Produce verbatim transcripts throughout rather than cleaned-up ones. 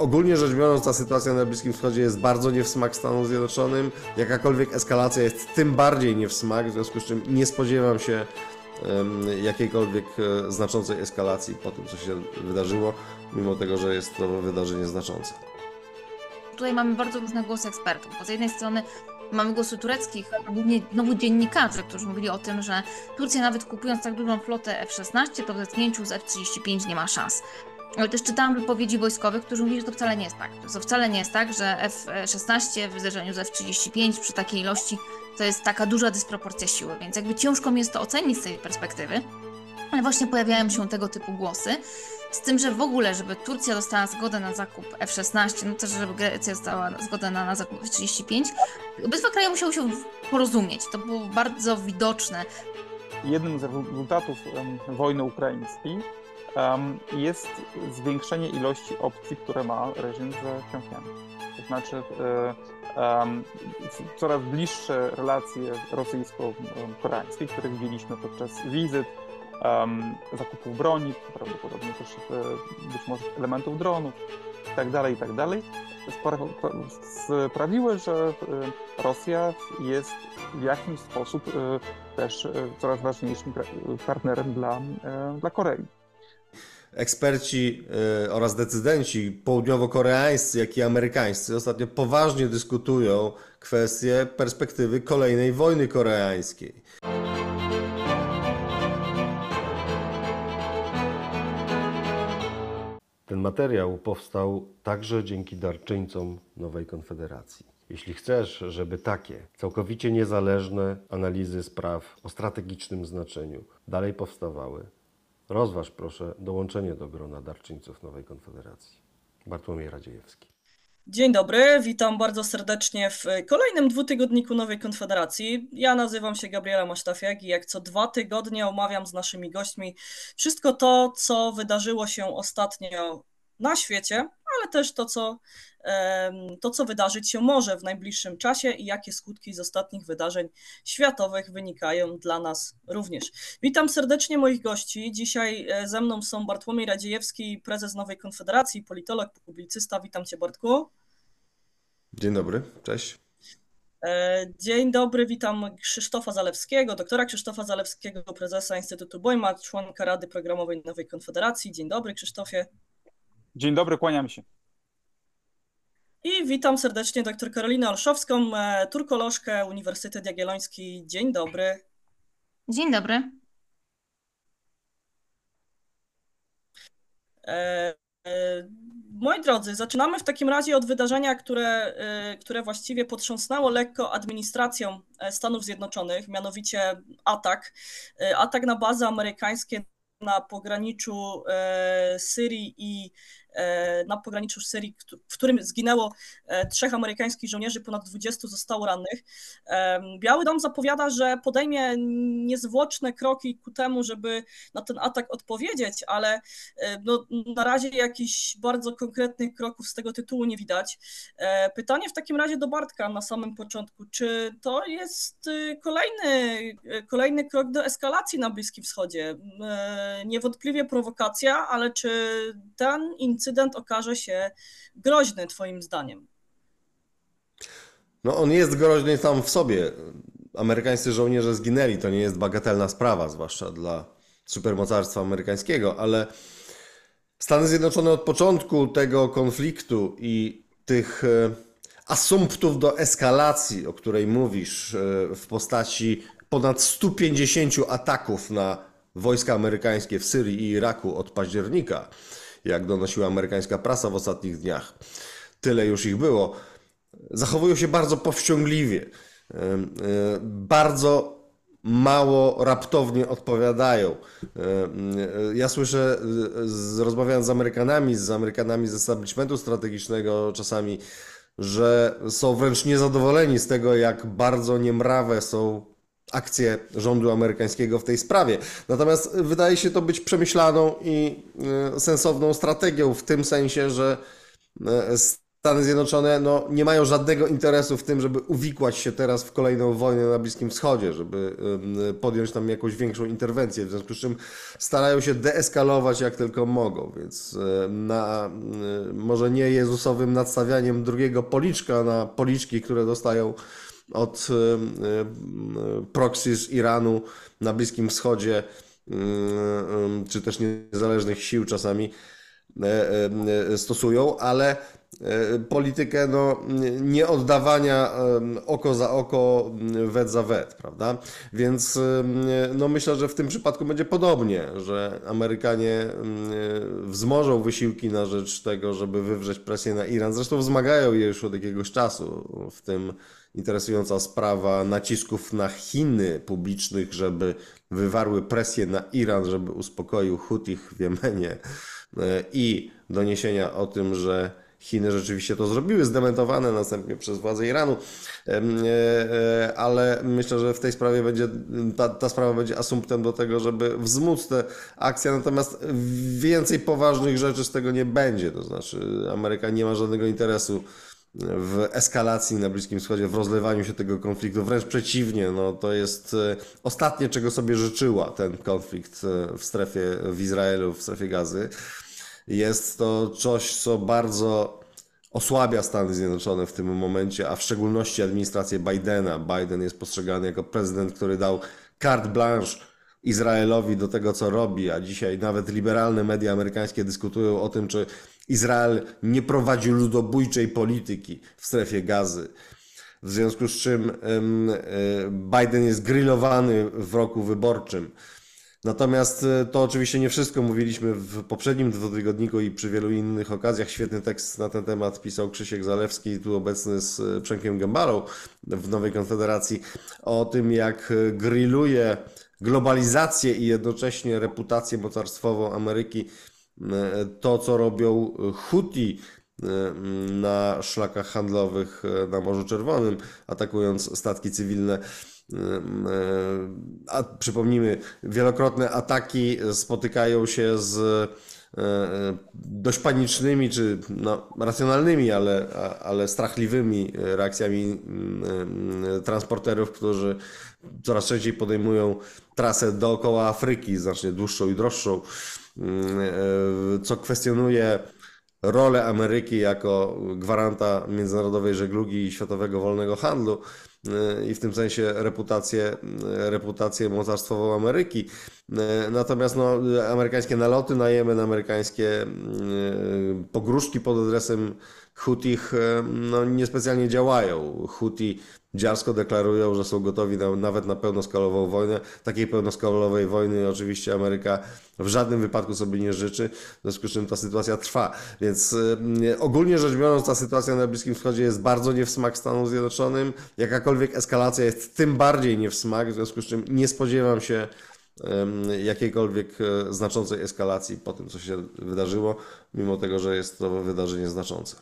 ogólnie rzecz biorąc, ta sytuacja na Bliskim Wschodzie jest bardzo nie w smak Stanom Zjednoczonym. Jakakolwiek eskalacja jest tym bardziej nie w smak, w związku z czym nie spodziewam się jakiejkolwiek znaczącej eskalacji po tym, co się wydarzyło, mimo tego, że jest to wydarzenie znaczące. Tutaj mamy bardzo różne głosy ekspertów, bo z jednej strony mamy głosy tureckich, głównie znowu dziennikarzy, którzy mówili o tym, że Turcja nawet kupując tak dużą flotę F szesnaście, to w zetknięciu z F trzydzieści pięć nie ma szans. Ale też czytałam wypowiedzi wojskowych, którzy mówili, że to wcale nie jest tak. To wcale nie jest tak, że F szesnaście w zderzeniu z F trzydzieści pięć przy takiej ilości to jest taka duża dysproporcja siły, więc jakby ciężko mi jest to ocenić z tej perspektywy, ale właśnie pojawiają się tego typu głosy. Z tym, że w ogóle, żeby Turcja dostała zgodę na zakup F szesnaście, no też żeby Grecja dostała zgodę na, na zakup F trzydzieści pięć, obydwa kraje musiały się porozumieć. To było bardzo widoczne. Jednym z rezultatów um, wojny ukraińskiej um, jest zwiększenie ilości opcji, które ma reżim z Pjongjangu. To znaczy um, coraz bliższe relacje rosyjsko-koreańskie, które widzieliśmy podczas wizyt, Um, zakupów broni, prawdopodobnie też e, być może elementów dronów itd., itd. sprawiły, że e, Rosja jest w jakimś sposób e, też e, coraz ważniejszym partnerem dla, e, dla Korei. Eksperci y, oraz decydenci południowo-koreańscy, jak i amerykańscy ostatnio poważnie dyskutują kwestię perspektywy kolejnej wojny koreańskiej. Ten materiał powstał także dzięki darczyńcom Nowej Konfederacji. Jeśli chcesz, żeby takie całkowicie niezależne analizy spraw o strategicznym znaczeniu dalej powstawały, rozważ proszę dołączenie do grona darczyńców Nowej Konfederacji. Bartłomiej Radziejewski. Dzień dobry, witam bardzo serdecznie w kolejnym dwutygodniku Nowej Konfederacji. Ja nazywam się Gabriela Masztafiak i jak co dwa tygodnie omawiam z naszymi gośćmi wszystko to, co wydarzyło się ostatnio na świecie, ale też to, co, to, co wydarzyć się może w najbliższym czasie i jakie skutki z ostatnich wydarzeń światowych wynikają dla nas również. Witam serdecznie moich gości. Dzisiaj ze mną są Bartłomiej Radziejewski, prezes Nowej Konfederacji, politolog, publicysta. Witam Cię, Bartku. Dzień dobry, cześć. Dzień dobry, witam Krzysztofa Zalewskiego, doktora Krzysztofa Zalewskiego, prezesa Instytutu Bojma, członka Rady Programowej Nowej Konfederacji. Dzień dobry, Krzysztofie. Dzień dobry, kłaniam się. I witam serdecznie dr Karolinę Olszowską, turkolożkę, Uniwersytet Jagielloński. Dzień dobry. Dzień dobry. E, e, moi drodzy, zaczynamy w takim razie od wydarzenia, które, e, które właściwie potrząsnęło lekko administracją Stanów Zjednoczonych, mianowicie atak. E, atak na bazy amerykańskie na pograniczu e, Syrii i na pograniczu Syrii, w którym zginęło trzech amerykańskich żołnierzy, ponad dwudziestu zostało rannych. Biały Dom zapowiada, że podejmie niezwłoczne kroki ku temu, żeby na ten atak odpowiedzieć, ale no, na razie jakichś bardzo konkretnych kroków z tego tytułu nie widać. Pytanie w takim razie do Bartka na samym początku. Czy to jest kolejny, kolejny krok do eskalacji na Bliskim Wschodzie? Niewątpliwie prowokacja, ale czy ten incydent okaże się groźny twoim zdaniem? No on jest groźny sam w sobie. Amerykańscy żołnierze zginęli, to nie jest bagatelna sprawa, zwłaszcza dla supermocarstwa amerykańskiego, ale Stany Zjednoczone od początku tego konfliktu i tych asumptów do eskalacji, o której mówisz, w postaci ponad stu pięćdziesięciu ataków na wojska amerykańskie w Syrii i Iraku od października, jak donosiła amerykańska prasa w ostatnich dniach, tyle już ich było, zachowują się bardzo powściągliwie, bardzo mało raptownie odpowiadają. Ja słyszę, rozmawiając z Amerykanami, z Amerykanami z establishmentu strategicznego czasami, że są wręcz niezadowoleni z tego, jak bardzo niemrawe są akcje rządu amerykańskiego w tej sprawie. Natomiast wydaje się to być przemyślaną i sensowną strategią w tym sensie, że Stany Zjednoczone no, nie mają żadnego interesu w tym, żeby uwikłać się teraz w kolejną wojnę na Bliskim Wschodzie, żeby ym, podjąć tam jakąś większą interwencję, w związku z czym starają się deeskalować jak tylko mogą, więc y, na y, może nie jezusowym nadstawianiem drugiego policzka na policzki, które dostają od y, y, proxy z Iranu na Bliskim Wschodzie, y, y, czy też niezależnych sił czasami y, y, stosują, ale politykę no, nie oddawania oko za oko, wet za wet, prawda? Więc no, myślę, że w tym przypadku będzie podobnie, że Amerykanie wzmożą wysiłki na rzecz tego, żeby wywrzeć presję na Iran. Zresztą wzmagają je już od jakiegoś czasu, w tym interesująca sprawa nacisków na Chiny publicznych, żeby wywarły presję na Iran, żeby uspokoił Hutich w Jemenie, i doniesienia o tym, że Chiny rzeczywiście to zrobiły, zdementowane następnie przez władze Iranu, ale myślę, że w tej sprawie będzie, ta, ta sprawa będzie asumptem do tego, żeby wzmóc tę akcję, natomiast więcej poważnych rzeczy z tego nie będzie, to znaczy Ameryka nie ma żadnego interesu w eskalacji na Bliskim Wschodzie, w rozlewaniu się tego konfliktu, wręcz przeciwnie, no to jest ostatnie, czego sobie życzyła ten konflikt w strefie, w Izraelu, w strefie Gazy. Jest to coś, co bardzo osłabia Stany Zjednoczone w tym momencie, a w szczególności administrację Bidena. Biden jest postrzegany jako prezydent, który dał carte blanche Izraelowi do tego, co robi, a dzisiaj nawet liberalne media amerykańskie dyskutują o tym, czy Izrael nie prowadzi ludobójczej polityki w strefie Gazy. W związku z czym Biden jest grillowany w roku wyborczym. Natomiast to oczywiście nie wszystko. Mówiliśmy w poprzednim dwutygodniku i przy wielu innych okazjach. Świetny tekst na ten temat pisał Krzysiek Zalewski, tu obecny z Przemkiem Gębalą w Nowej Konfederacji, o tym, jak grilluje globalizację i jednocześnie reputację mocarstwową Ameryki to, co robią Huti na szlakach handlowych na Morzu Czerwonym, atakując statki cywilne. A przypomnijmy, wielokrotne ataki spotykają się z dość panicznymi, czy no, racjonalnymi, ale, ale strachliwymi reakcjami transporterów, którzy coraz częściej podejmują trasę dookoła Afryki, znacznie dłuższą i droższą, co kwestionuje rolę Ameryki jako gwaranta międzynarodowej żeglugi i światowego wolnego handlu i w tym sensie reputację, reputację mocarstwową Ameryki. Natomiast no, amerykańskie naloty na Jemen, amerykańskie pogróżki pod adresem Hutich no, niespecjalnie działają. Huti dziarsko deklarują, że są gotowi na, nawet na pełnoskalową wojnę. Takiej pełnoskalowej wojny oczywiście Ameryka w żadnym wypadku sobie nie życzy, w związku z czym ta sytuacja trwa. Więc y, ogólnie rzecz biorąc, ta sytuacja na Bliskim Wschodzie jest bardzo nie w smak Stanom Zjednoczonym. Jakakolwiek eskalacja jest tym bardziej nie w smak, w związku z czym nie spodziewam się y, jakiejkolwiek y, znaczącej eskalacji po tym, co się wydarzyło, mimo tego, że jest to wydarzenie znaczące.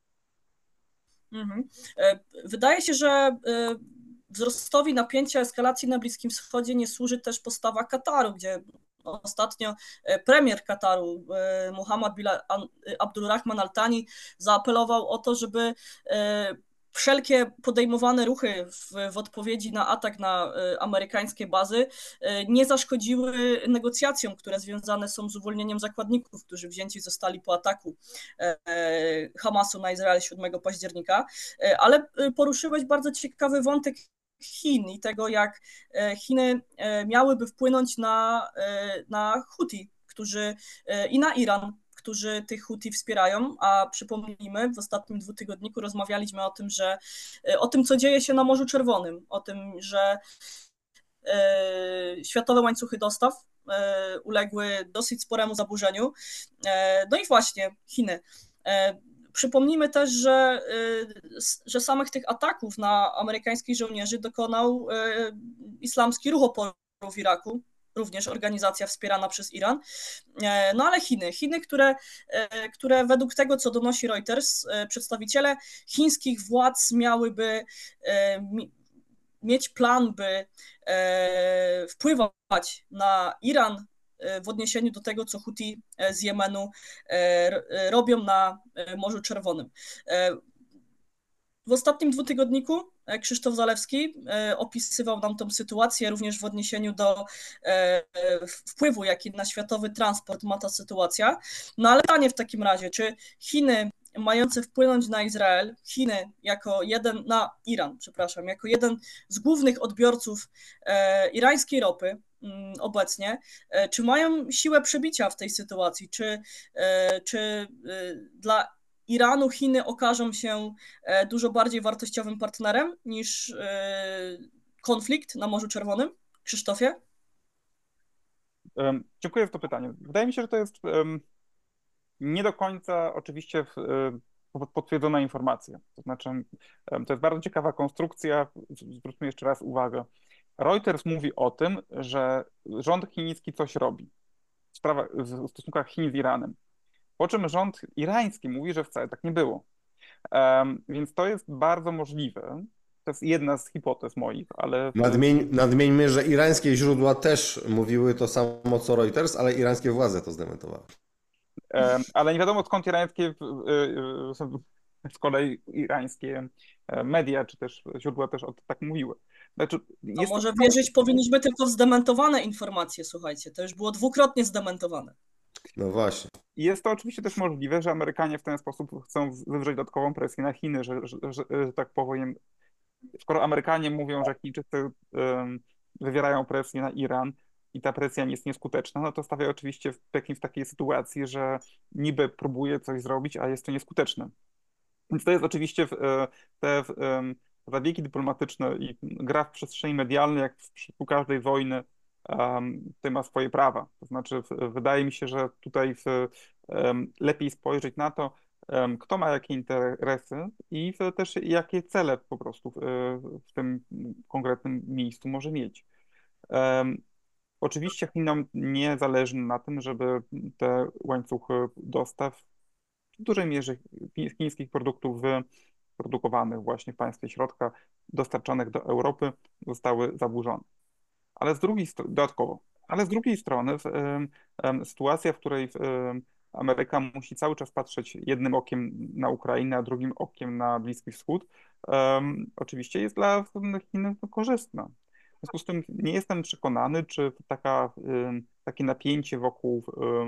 Mhm. Wydaje się, że wzrostowi napięcia, eskalacji na Bliskim Wschodzie nie służy też postawa Kataru, gdzie ostatnio premier Kataru, Muhammad bin Abdulrahman Al Thani, zaapelował o to, żeby wszelkie podejmowane ruchy w, w odpowiedzi na atak na amerykańskie bazy nie zaszkodziły negocjacjom, które związane są z uwolnieniem zakładników, którzy wzięci zostali po ataku Hamasu na Izrael siódmego października. Ale poruszyłeś bardzo ciekawy wątek Chin i tego, jak Chiny miałyby wpłynąć na, na Huti, którzy i na Iran, którzy tych Huti wspierają, a przypomnijmy, w ostatnim dwutygodniku rozmawialiśmy o tym, że o tym, co dzieje się na Morzu Czerwonym, o tym, że e, światowe łańcuchy dostaw e, uległy dosyć sporemu zaburzeniu. E, no i właśnie Chiny. E, przypomnijmy też, że, e, że samych tych ataków na amerykańskich żołnierzy dokonał e, Islamski Ruch Oporu w Iraku, również organizacja wspierana przez Iran. No ale Chiny, Chiny, które, które według tego, co donosi Reuters, przedstawiciele chińskich władz miałyby mieć plan, by wpływać na Iran w odniesieniu do tego, co Huti z Jemenu robią na Morzu Czerwonym. W ostatnim dwutygodniku Krzysztof Zalewski opisywał nam tą sytuację również w odniesieniu do wpływu, jaki na światowy transport ma ta sytuacja. No ale pytanie w takim razie, czy Chiny mające wpłynąć na Izrael, Chiny jako jeden, na Iran, przepraszam, jako jeden z głównych odbiorców irańskiej ropy obecnie, czy mają siłę przebicia w tej sytuacji, czy, czy dla Iranu Chiny okażą się dużo bardziej wartościowym partnerem niż konflikt na Morzu Czerwonym? Krzysztofie? Um, dziękuję za to pytanie. Wydaje mi się, że to jest um, nie do końca oczywiście um, potwierdzona informacja. To znaczy, um, to jest bardzo ciekawa konstrukcja. Zwróćmy jeszcze raz uwagę. Reuters mówi o tym, że rząd chiński coś robi w, sprawach, w stosunkach Chin z Iranem. Po czym rząd irański mówi, że wcale tak nie było. Um, więc to jest bardzo możliwe. To jest jedna z hipotez moich, ale... Nadmień, nadmieńmy, że irańskie źródła też mówiły to samo co Reuters, ale irańskie władze to zdementowały. Um, ale nie wiadomo skąd irańskie, z kolei irańskie media, czy też źródła też o to tak mówiły. Znaczy, A jest może to... wierzyć powinniśmy tylko w zdementowane informacje, słuchajcie, to już było dwukrotnie zdementowane. No właśnie. Jest to oczywiście też możliwe, że Amerykanie w ten sposób chcą wywrzeć dodatkową presję na Chiny, że, że, że, że tak powiem, skoro Amerykanie mówią, że Chińczycy um, wywierają presję na Iran i ta presja nie jest nieskuteczna, no to stawia oczywiście w Pekin w takiej sytuacji, że niby próbuje coś zrobić, a jest to nieskuteczne. Więc to jest oczywiście w, te um, zabiegi dyplomatyczne i gra w przestrzeni medialnej, jak w przypadku każdej wojny, Um, to ma swoje prawa. To znaczy, w, wydaje mi się, że tutaj w, um, lepiej spojrzeć na to, um, kto ma jakie interesy i w, też jakie cele po prostu w, w tym konkretnym miejscu może mieć. Um, oczywiście Chinom nie zależy na tym, żeby te łańcuchy dostaw w dużej mierze chińskich produktów wyprodukowanych właśnie w państwie środka, dostarczanych do Europy, zostały zaburzone. Ale z drugiej strony, dodatkowo, ale z drugiej strony w, um, sytuacja, w której um, Ameryka musi cały czas patrzeć jednym okiem na Ukrainę, a drugim okiem na Bliski Wschód, um, oczywiście jest dla Chin korzystna. W związku z tym nie jestem przekonany, czy taka, um, takie napięcie wokół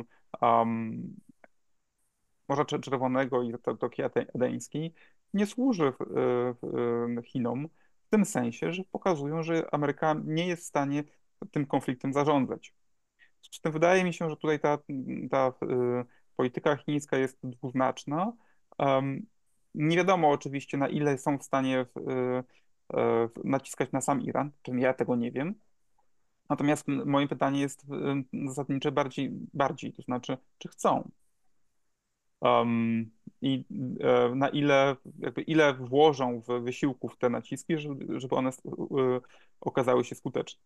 um, Morza Czerwonego i Zatoki Adeńskiej nie służy Chinom, w tym sensie, że pokazują, że Ameryka nie jest w stanie tym konfliktem zarządzać. Z tym wydaje mi się, że tutaj ta, ta polityka chińska jest dwuznaczna. Nie wiadomo oczywiście, na ile są w stanie naciskać na sam Iran, czym ja tego nie wiem. Natomiast moje pytanie jest zasadnicze bardziej, bardziej to znaczy, czy chcą? Um, i e, na ile, jakby ile włożą w wysiłków te naciski, żeby, żeby one e, okazały się skuteczne.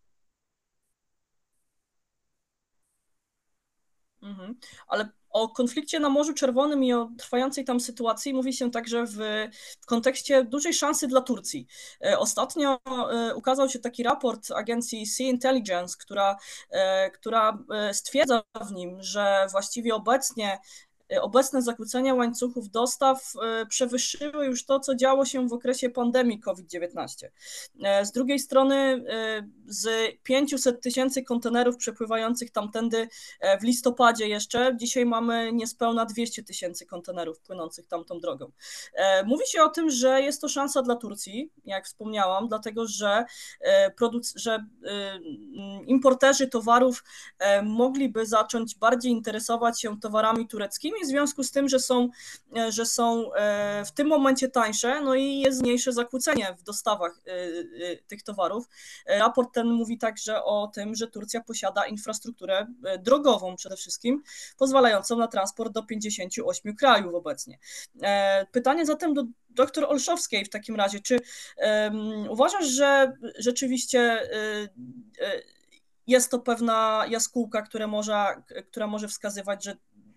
Mhm. Ale o konflikcie na Morzu Czerwonym i o trwającej tam sytuacji mówi się także w, w kontekście dużej szansy dla Turcji. Ostatnio ukazał się taki raport agencji Sea Intelligence, która, która stwierdza w nim, że właściwie obecnie Obecne zakłócenia łańcuchów dostaw przewyższyły już to, co działo się w okresie pandemii COVID dziewiętnaście. Z drugiej strony z pięćset tysięcy kontenerów przepływających tamtędy w listopadzie jeszcze, dzisiaj mamy niespełna dwieście tysięcy kontenerów płynących tamtą drogą. Mówi się o tym, że jest to szansa dla Turcji, jak wspomniałam, dlatego że, produc- że importerzy towarów mogliby zacząć bardziej interesować się towarami tureckimi, w związku z tym, że są, że są w tym momencie tańsze, no i jest mniejsze zakłócenie w dostawach tych towarów. Raport ten mówi także o tym, że Turcja posiada infrastrukturę drogową przede wszystkim, pozwalającą na transport do pięćdziesięciu ośmiu krajów obecnie. Pytanie zatem do doktor Olszowskiej w takim razie, czy um, uważasz, że rzeczywiście y, y, jest to pewna jaskółka, która może, która może wskazywać, że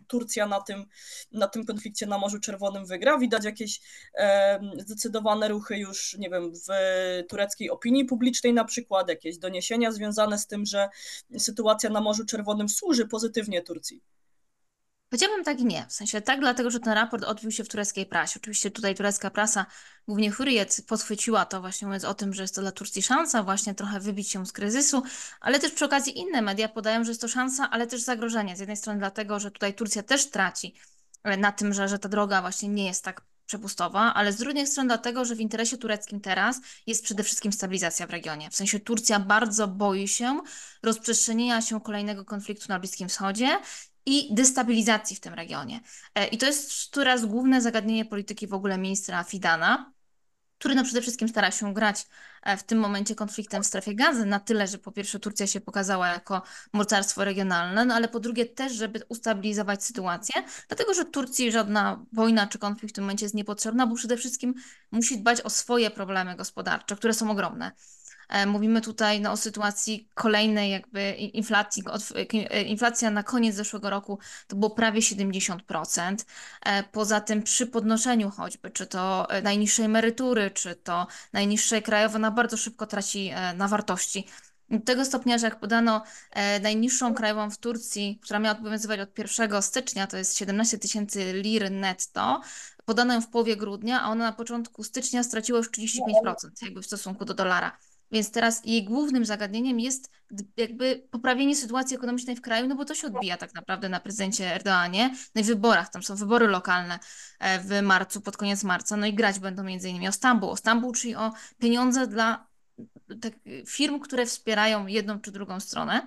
Turcja na tym, na tym konflikcie na Morzu Czerwonym wygra. Widać jakieś e, zdecydowane ruchy już, nie wiem, w tureckiej opinii publicznej na przykład, jakieś doniesienia związane z tym, że sytuacja na Morzu Czerwonym służy pozytywnie Turcji. Powiedziałabym tak i nie. W sensie tak, dlatego że ten raport odbił się w tureckiej prasie. Oczywiście tutaj turecka prasa, głównie Hürriyet, podchwyciła to właśnie mówiąc o tym, że jest to dla Turcji szansa właśnie trochę wybić się z kryzysu, ale też przy okazji inne media podają, że jest to szansa, ale też zagrożenie. Z jednej strony dlatego, że tutaj Turcja też traci na tym, że, że ta droga właśnie nie jest tak przepustowa, ale z drugiej strony dlatego, że w interesie tureckim teraz jest przede wszystkim stabilizacja w regionie. W sensie Turcja bardzo boi się rozprzestrzenienia się kolejnego konfliktu na Bliskim Wschodzie i destabilizacji w tym regionie. E, I to jest teraz główne zagadnienie polityki w ogóle ministra Fidana, który no przede wszystkim stara się grać e, w tym momencie konfliktem w strefie Gazy na tyle, że po pierwsze Turcja się pokazała jako mocarstwo regionalne, no ale po drugie też, żeby ustabilizować sytuację, dlatego że Turcji żadna wojna czy konflikt w tym momencie jest niepotrzebna, bo przede wszystkim musi dbać o swoje problemy gospodarcze, które są ogromne. E, Mówimy tutaj no, o sytuacji kolejnej jakby inflacji. Od- e, Inflacja na koniec zeszłego roku to było prawie siedemdziesiąt procent. E, Poza tym przy podnoszeniu choćby, czy to e, najniższej emerytury, czy to najniższej krajowej, ona bardzo szybko traci e, na wartości. Do tego stopnia, że jak podano e, najniższą krajową w Turcji, która miała obowiązywać od pierwszego stycznia, to jest siedemnaście tysięcy lir netto, podano ją w połowie grudnia, a ona na początku stycznia straciła już trzydzieści pięć procent jakby w stosunku do dolara. Więc teraz jej głównym zagadnieniem jest d- jakby poprawienie sytuacji ekonomicznej w kraju, no bo to się odbija tak naprawdę na prezydencie Erdoğanie, no i wyborach. Tam są wybory lokalne e, w marcu, pod koniec marca, no i grać będą między innymi o Stambuł. O Stambuł, czyli o pieniądze dla tak, firm, które wspierają jedną czy drugą stronę.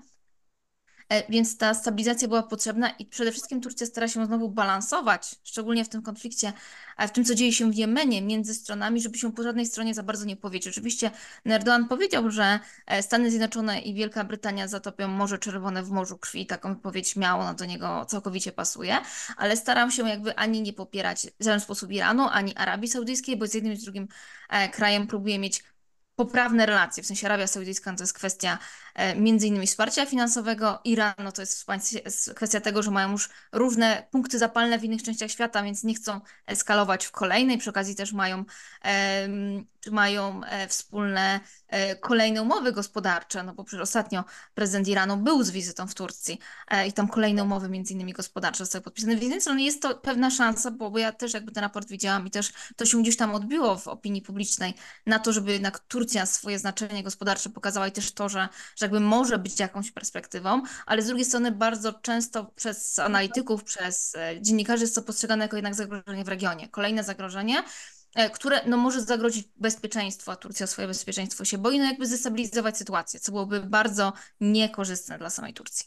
E, Więc ta stabilizacja była potrzebna i przede wszystkim Turcja stara się znowu balansować, szczególnie w tym konflikcie, a w tym, co dzieje się w Jemenie między stronami, żeby się po żadnej stronie za bardzo nie powiedzieć. Oczywiście Erdoğan powiedział, że e, Stany Zjednoczone i Wielka Brytania zatopią Morze Czerwone w morzu krwi. Taką wypowiedź miał, ona do niego całkowicie pasuje, ale staram się jakby ani nie popierać w żaden sposób Iranu, ani Arabii Saudyjskiej, bo z jednym i z drugim e, krajem próbuje mieć poprawne relacje, w sensie Arabia Saudyjska to jest kwestia e, między innymi wsparcia finansowego, Iran no to jest państw- jest kwestia tego, że mają już różne punkty zapalne w innych częściach świata, więc nie chcą eskalować w kolejnej, przy okazji też mają, em, mają e, wspólne e, kolejne umowy gospodarcze, no bo przecież ostatnio prezydent Iranu był z wizytą w Turcji e, i tam kolejne umowy między innymi gospodarcze zostały podpisane, więc z jednej strony jest to pewna szansa, bo, bo ja też jakby ten raport widziałam i też to się gdzieś tam odbiło w opinii publicznej, na to, żeby jednak Turcja swoje znaczenie gospodarcze pokazała i też to, że, że jakby może być jakąś perspektywą, ale z drugiej strony bardzo często przez analityków, przez e, dziennikarzy jest to postrzegane jako jednak zagrożenie w regionie. Kolejne zagrożenie, e, które no, może zagrozić bezpieczeństwo, a Turcja o swoje bezpieczeństwo się boi, no jakby zestabilizować sytuację, co byłoby bardzo niekorzystne dla samej Turcji.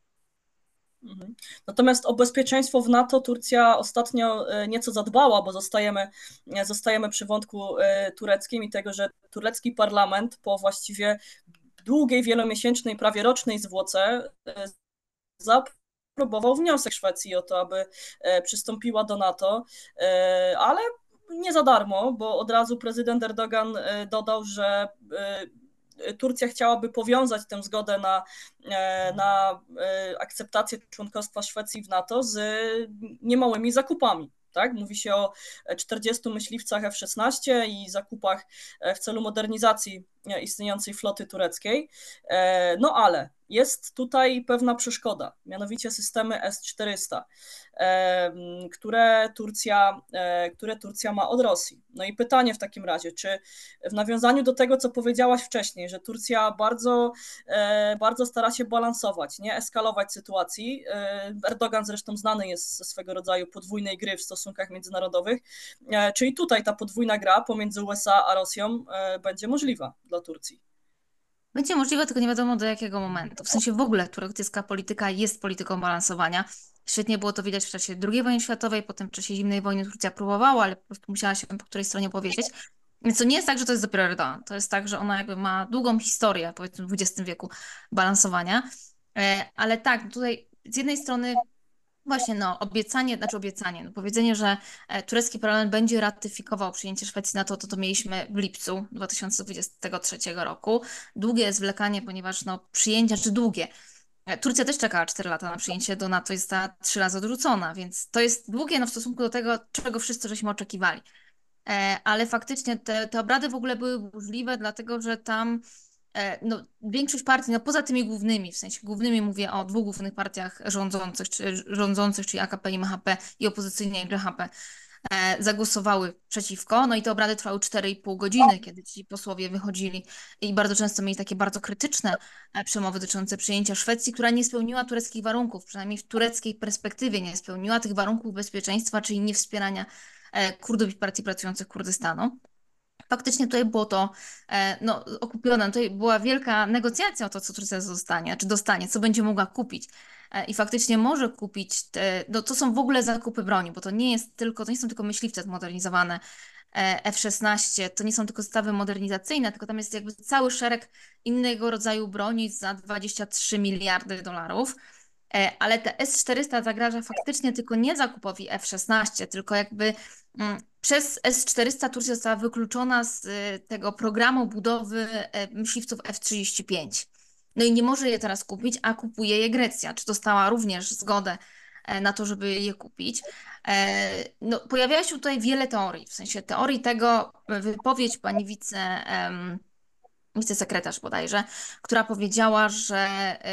Mhm. Natomiast o bezpieczeństwo w NATO Turcja ostatnio e, nieco zadbała, bo zostajemy, e, zostajemy przy wątku e, tureckim i tego, że turecki parlament po właściwie długiej, wielomiesięcznej, prawie rocznej zwłoce e, zaaprobował wniosek Szwecji o to, aby e, przystąpiła do NATO, e, ale nie za darmo, bo od razu prezydent Erdogan e, dodał, że e, Turcja chciałaby powiązać tę zgodę na, e, na e, akceptację członkostwa Szwecji w NATO z niemałymi zakupami. Tak? Mówi się o czterdziestu myśliwcach F szesnaście i zakupach e, w celu modernizacji e, istniejącej floty tureckiej. E, No ale jest tutaj pewna przeszkoda, mianowicie systemy S czterysta, e, które Turcja, e, które Turcja ma od Rosji. No i pytanie w takim razie, czy w nawiązaniu do tego, co powiedziałaś wcześniej, że Turcja bardzo, e, bardzo stara się balansować, nie eskalować sytuacji. E, Erdogan zresztą znany jest ze swego rodzaju podwójnej gry w stosunkach międzynarodowych, e, czyli tutaj ta podwójna gra pomiędzy U S A a Rosją e, będzie możliwa dla Turcji. Będzie możliwe, tylko nie wiadomo do jakiego momentu. W sensie w ogóle turecka polityka jest polityką balansowania. Świetnie było to widać w czasie drugiej wojny światowej, potem w czasie zimnej wojny Turcja próbowała, ale po prostu musiała się po której stronie powiedzieć. Więc to nie jest tak, że to jest dopiero Erdoğan. To jest tak, że ona jakby ma długą historię, powiedzmy w dwudziestym wieku, balansowania. E, Ale tak, tutaj z jednej strony właśnie, no, obiecanie, znaczy obiecanie, no, powiedzenie, że e, turecki parlament będzie ratyfikował przyjęcie Szwecji na to, to to mieliśmy w lipcu dwa tysiące dwudziestego trzeciego roku. Długie zwlekanie, ponieważ no, przyjęcia, czy długie, E, Turcja też czekała cztery lata na przyjęcie do NATO i została trzy razy odrzucona, więc to jest długie no, w stosunku do tego, czego wszyscy żeśmy oczekiwali. E, Ale faktycznie te, te obrady w ogóle były burzliwe, dlatego że tam e, no, większość partii, no poza tymi głównymi, w sensie głównymi mówię o dwóch głównych partiach rządzących, czy, rządzących, czyli A K P i M H P i opozycyjnej G H P, e, zagłosowały przeciwko. No i te obrady trwały cztery i pół godziny, kiedy ci posłowie wychodzili i bardzo często mieli takie bardzo krytyczne e, przemowy dotyczące przyjęcia Szwecji, która nie spełniła tureckich warunków, przynajmniej w tureckiej perspektywie nie spełniła tych warunków bezpieczeństwa, czyli nie wspierania e, Kurdów i partii pracujących Kurdystanu. Faktycznie tutaj było to e, no, okupione. Tutaj była wielka negocjacja o to, co Turcja zostanie, czy dostanie, co będzie mogła kupić. E, I faktycznie może kupić, te, no, to są w ogóle zakupy broni, bo to nie jest tylko, to nie są tylko myśliwce zmodernizowane e, F szesnaście, to nie są tylko zestawy modernizacyjne, tylko tam jest jakby cały szereg innego rodzaju broni za dwadzieścia trzy miliardy dolarów. E, Ale te S czterysta zagraża faktycznie tylko nie zakupowi F szesnaście, tylko jakby mm, przez S czterysta Turcja została wykluczona z y, tego programu budowy e, myśliwców F trzydzieści pięć. No i nie może je teraz kupić, a kupuje je Grecja. Czy dostała również zgodę e, na to, żeby je kupić? E, No, pojawiało się tutaj wiele teorii, w sensie teorii tego, e, wypowiedź pani wice. em, wicesekretarz bodajże, która powiedziała, że,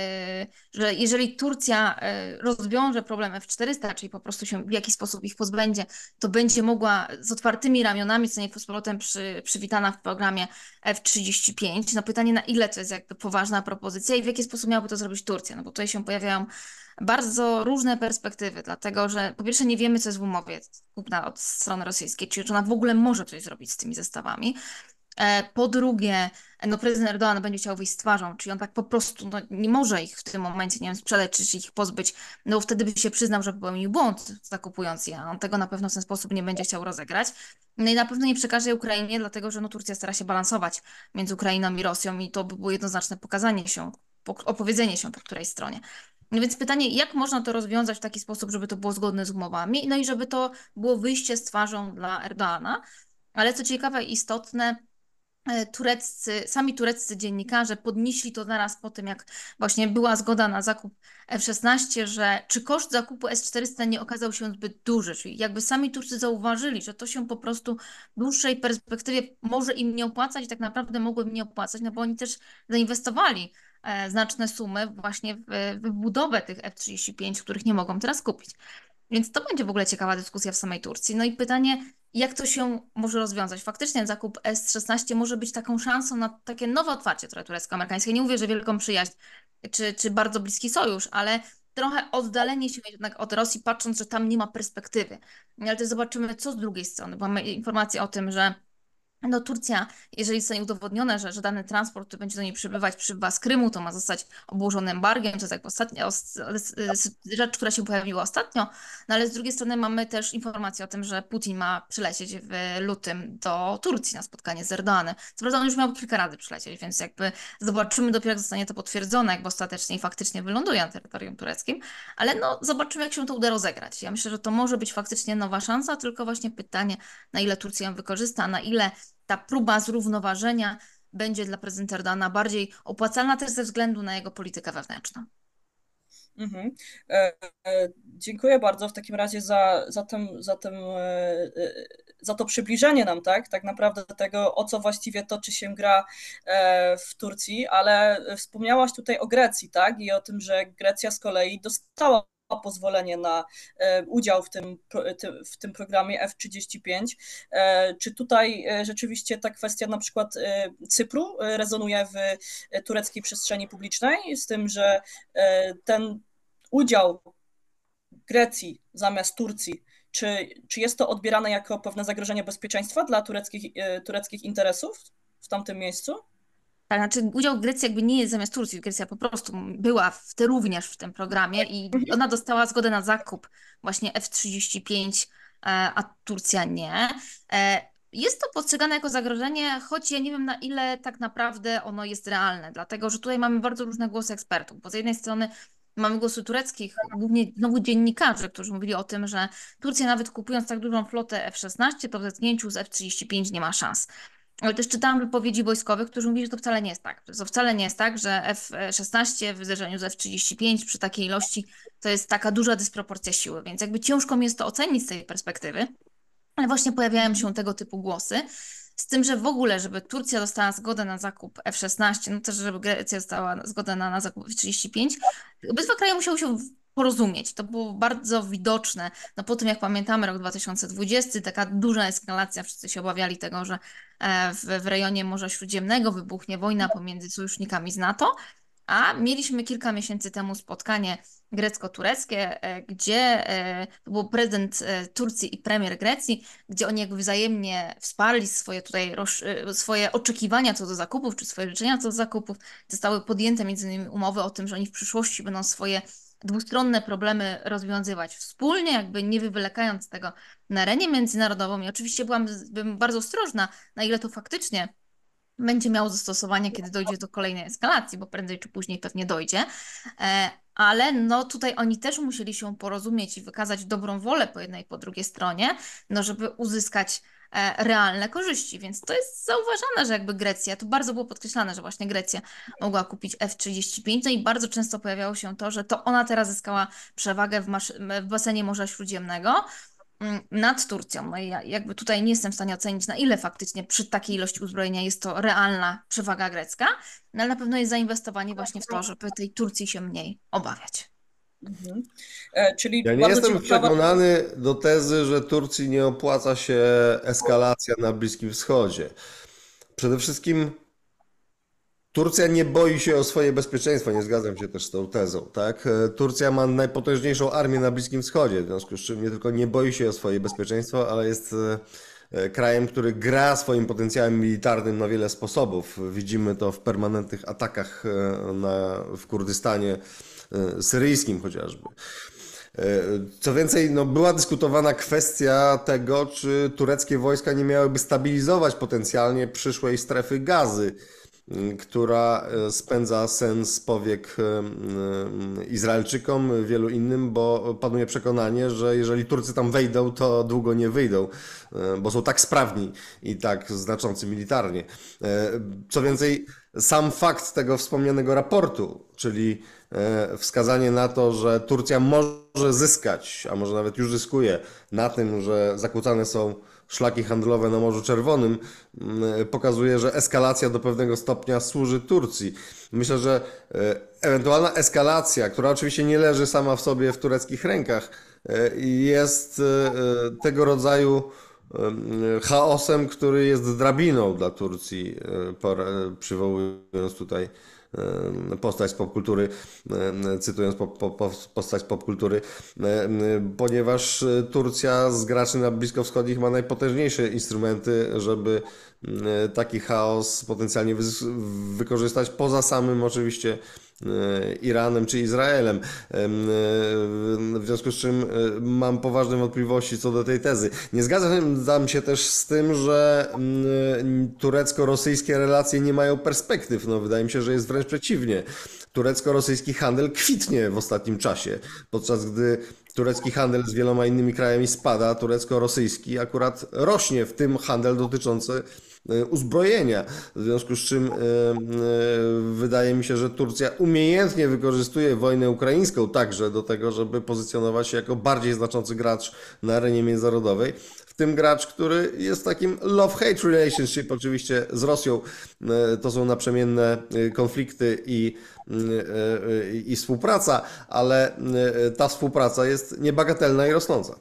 y, że jeżeli Turcja y, rozwiąże problem F czterysta, czyli po prostu się w jakiś sposób ich pozbędzie, to będzie mogła z otwartymi ramionami, co nie z powrotem przy, przywitana w programie F trzydzieści pięć. No pytanie, na ile to jest jakby poważna propozycja i w jaki sposób miałaby to zrobić Turcja, no bo tutaj się pojawiają bardzo różne perspektywy, dlatego że po pierwsze nie wiemy, co jest w umowie kupna od strony rosyjskiej, czyli czy ona w ogóle może coś zrobić z tymi zestawami. E, Po drugie, no prezydent Erdoğan będzie chciał wyjść z twarzą, czyli on tak po prostu no, nie może ich w tym momencie, nie wiem, sprzedać czy się ich pozbyć, no wtedy by się przyznał, że popełnił błąd zakupując je, a on tego na pewno w ten sposób nie będzie chciał rozegrać. No i na pewno nie przekaże Ukrainie, dlatego że no, Turcja stara się balansować między Ukrainą i Rosją i to by było jednoznaczne pokazanie się, opowiedzenie się po której stronie. No więc pytanie, jak można to rozwiązać w taki sposób, żeby to było zgodne z umowami, no i żeby to było wyjście z twarzą dla Erdoğana. Ale co ciekawe i istotne, e, tureccy, sami tureccy dziennikarze podnieśli to naraz po tym, jak właśnie była zgoda na zakup F szesnaście, że czy koszt zakupu S czterysta nie okazał się zbyt duży, czyli jakby sami Turcy zauważyli, że to się po prostu w dłuższej perspektywie może im nie opłacać i tak naprawdę mogło im nie opłacać, no bo oni też zainwestowali e, znaczne sumy właśnie w, w budowę tych F trzydzieści pięć, których nie mogą teraz kupić. Więc to będzie w ogóle ciekawa dyskusja w samej Turcji. No i pytanie, jak to się może rozwiązać? Faktycznie zakup S szesnaście może być taką szansą na takie nowe otwarcie trochę turecko-amerykańskie. Nie mówię, że wielką przyjaźń czy, czy bardzo bliski sojusz, ale trochę oddalenie się jednak od Rosji, patrząc, że tam nie ma perspektywy. Ale też zobaczymy, co z drugiej strony. Bo mamy informacje o tym, że no Turcja, jeżeli zostanie udowodnione, że, że dany transport, który będzie do niej przybywać, przybywa z Krymu, to ma zostać obłożony embargiem, to jest jakby ostatnia os- s- s- rzecz, która się pojawiła ostatnio, no ale z drugiej strony mamy też informację o tym, że Putin ma przylecieć w lutym do Turcji na spotkanie z Erdoğanem. Co prawda on już miał kilka razy przylecieć, więc jakby zobaczymy dopiero, jak zostanie to potwierdzone, jakby ostatecznie i faktycznie wyląduje na terytorium tureckim, ale no zobaczymy, jak się to uda rozegrać. Ja myślę, że to może być faktycznie nowa szansa, tylko właśnie pytanie, na ile Turcja ją wykorzysta, na ile ta próba zrównoważenia będzie dla prezydenta Erdoğana bardziej opłacalna też ze względu na jego politykę wewnętrzną. Mhm. E, e, dziękuję bardzo w takim razie za, za, tym, za, tym, e, e, za to przybliżenie nam, tak, tak naprawdę tego, o co właściwie toczy się gra e, w Turcji, ale wspomniałaś tutaj o Grecji, tak, i o tym, że Grecja z kolei dostała pozwolenie na e, udział w tym, pro- ty- w tym programie F trzydzieści pięć. E, Czy tutaj e, rzeczywiście ta kwestia na przykład e, Cypru e, rezonuje w e, tureckiej przestrzeni publicznej, z tym, że e, ten udział Grecji zamiast Turcji, czy, czy jest to odbierane jako pewne zagrożenie bezpieczeństwa dla tureckich, e, tureckich interesów w tamtym miejscu? Tak, znaczy udział Grecji jakby nie jest zamiast Turcji. Grecja po prostu była w te, również w tym programie i ona dostała zgodę na zakup właśnie F trzydzieści pięć, e, a Turcja nie. E, Jest to postrzegane jako zagrożenie, choć ja nie wiem, na ile tak naprawdę ono jest realne, dlatego że tutaj mamy bardzo różne głosy ekspertów, bo z jednej strony mamy głosy tureckich, głównie znowu dziennikarzy, którzy mówili o tym, że Turcja nawet kupując tak dużą flotę F szesnaście, to w zetknięciu z F trzydzieści pięć nie ma szans. Ale też czytałam wypowiedzi wojskowych, którzy mówili, że to wcale nie jest tak. Że to wcale nie jest tak, że F szesnaście w zderzeniu z F trzydzieści pięć przy takiej ilości to jest taka duża dysproporcja siły, więc jakby ciężko mi jest to ocenić z tej perspektywy, ale właśnie pojawiają się tego typu głosy. Z tym, że w ogóle, żeby Turcja dostała zgodę na zakup F szesnaście, no też żeby Grecja dostała zgodę na, na zakup F trzydzieści pięć, obydwa kraje musiały się porozumieć. To było bardzo widoczne. No po tym, jak pamiętamy, rok dwa tysiące dwudziesty, taka duża eskalacja, wszyscy się obawiali tego, że e, w, w rejonie Morza Śródziemnego wybuchnie wojna pomiędzy sojusznikami z NATO, a mieliśmy kilka miesięcy temu spotkanie grecko-tureckie, e, gdzie e, to był prezydent e, Turcji i premier Grecji, gdzie oni jakby wzajemnie wsparli swoje tutaj roz- e, swoje oczekiwania co do zakupów, czy swoje życzenia co do zakupów. Zostały podjęte między innymi umowy o tym, że oni w przyszłości będą swoje dwustronne problemy rozwiązywać wspólnie, jakby nie wywlekając tego na arenie międzynarodową. I oczywiście byłam bym bardzo ostrożna, na ile to faktycznie będzie miało zastosowanie, kiedy dojdzie do kolejnej eskalacji, bo prędzej czy później pewnie dojdzie. E, Ale no tutaj oni też musieli się porozumieć i wykazać dobrą wolę po jednej i po drugiej stronie, no żeby uzyskać e, realne korzyści, więc to jest zauważane, że jakby Grecja, to bardzo było podkreślane, że właśnie Grecja mogła kupić F trzydzieści pięć, no i bardzo często pojawiało się to, że to ona teraz zyskała przewagę w, masz- w basenie Morza Śródziemnego, mm, nad Turcją. No i ja jakby tutaj nie jestem w stanie ocenić, na ile faktycznie przy takiej ilości uzbrojenia jest to realna przewaga grecka, no ale na pewno jest zainwestowanie właśnie w to, żeby tej Turcji się mniej obawiać. Mhm. E, Czyli Ja nie bardzo jestem ciekawa... przekonany do tezy, że Turcji nie opłaca się eskalacja na Bliskim Wschodzie. Przede wszystkim Turcja nie boi się o swoje bezpieczeństwo, nie zgadzam się też z tą tezą, tak? E, Turcja ma najpotężniejszą armię na Bliskim Wschodzie, w związku z czym nie tylko nie boi się o swoje bezpieczeństwo, ale jest e, e, krajem, który gra swoim potencjałem militarnym na wiele sposobów. Widzimy to w permanentnych atakach e, na, w Kurdystanie e, syryjskim chociażby. E, Co więcej, no była dyskutowana kwestia tego, czy tureckie wojska nie miałyby stabilizować potencjalnie przyszłej strefy Gazy, m, która e, spędza sen z powiek e, m, Izraelczykom, wielu innym, bo panuje przekonanie, że jeżeli Turcy tam wejdą, to długo nie wyjdą, e, bo są tak sprawni i tak znaczący militarnie. E, Co więcej, sam fakt tego wspomnianego raportu, czyli e, wskazanie na to, że Turcja może zyskać, a może nawet już zyskuje na tym, że zakłócane są szlaki handlowe na Morzu Czerwonym, m, pokazuje, że eskalacja do pewnego stopnia służy Turcji. Myślę, że e, ewentualna eskalacja, która oczywiście nie leży sama w sobie w tureckich rękach, e, jest e, tego rodzaju em, chaosem, który jest drabiną dla Turcji, e, pora- przywołując tutaj e, postać z popkultury, e, cytując po, po, po- postać z popkultury, e, m, ponieważ e, Turcja z graczy na bliskowschodnich ma najpotężniejsze instrumenty, żeby m, taki chaos potencjalnie wys- wykorzystać, poza samym oczywiście e, Iranem czy Izraelem. Em, e, W związku z czym e, mam poważne wątpliwości co do tej tezy. Nie zgadzam się też z tym, że mm, turecko-rosyjskie relacje nie mają perspektyw. No, wydaje mi się, że jest wręcz przeciwnie. Turecko-rosyjski handel kwitnie w ostatnim czasie, podczas gdy turecki handel z wieloma innymi krajami spada, turecko-rosyjski akurat rośnie, w tym handel dotyczący e, uzbrojenia. W związku z czym e, e, wydaje mi się, że Turcja umiejętnie wykorzystuje wojnę ukraińską także do tego, żeby pozycjonować się jako bardziej znaczący gracz na arenie międzynarodowej. W tym gracz, który jest takim love-hate relationship oczywiście z Rosją. E, To są naprzemienne e, konflikty i, e, e, i współpraca, ale e, ta współpraca jest niebagatelna i rosnąca.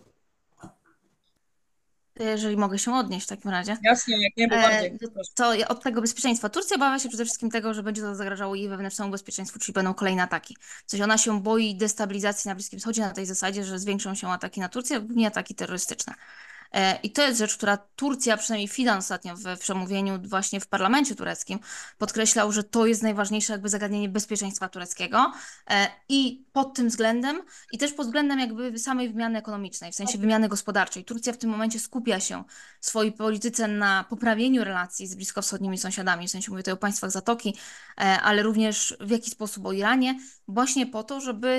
Jeżeli mogę się odnieść w takim razie. Jasnie, jak nie E, najbardziej. To ja- od tego bezpieczeństwa. Turcja obawia się przede wszystkim tego, że będzie to zagrażało jej wewnętrznemu bezpieczeństwu, czyli będą kolejne ataki. W sensie ona się boi destabilizacji na Bliskim Wschodzie na tej zasadzie, że zwiększą się ataki na Turcję, głównie ataki terrorystyczne. E, I to jest rzecz, która Turcja, przynajmniej Fidan ostatnio w w przemówieniu właśnie w parlamencie tureckim podkreślał, że to jest najważniejsze jakby zagadnienie bezpieczeństwa tureckiego. E, I pod tym względem, i też pod względem jakby samej wymiany ekonomicznej, w sensie wymiany gospodarczej. Turcja w tym momencie skupia się w swojej polityce na poprawieniu relacji z bliskowschodnimi sąsiadami, w sensie mówię tutaj o państwach Zatoki, e, ale również w jaki sposób o Iranie, właśnie po to, żeby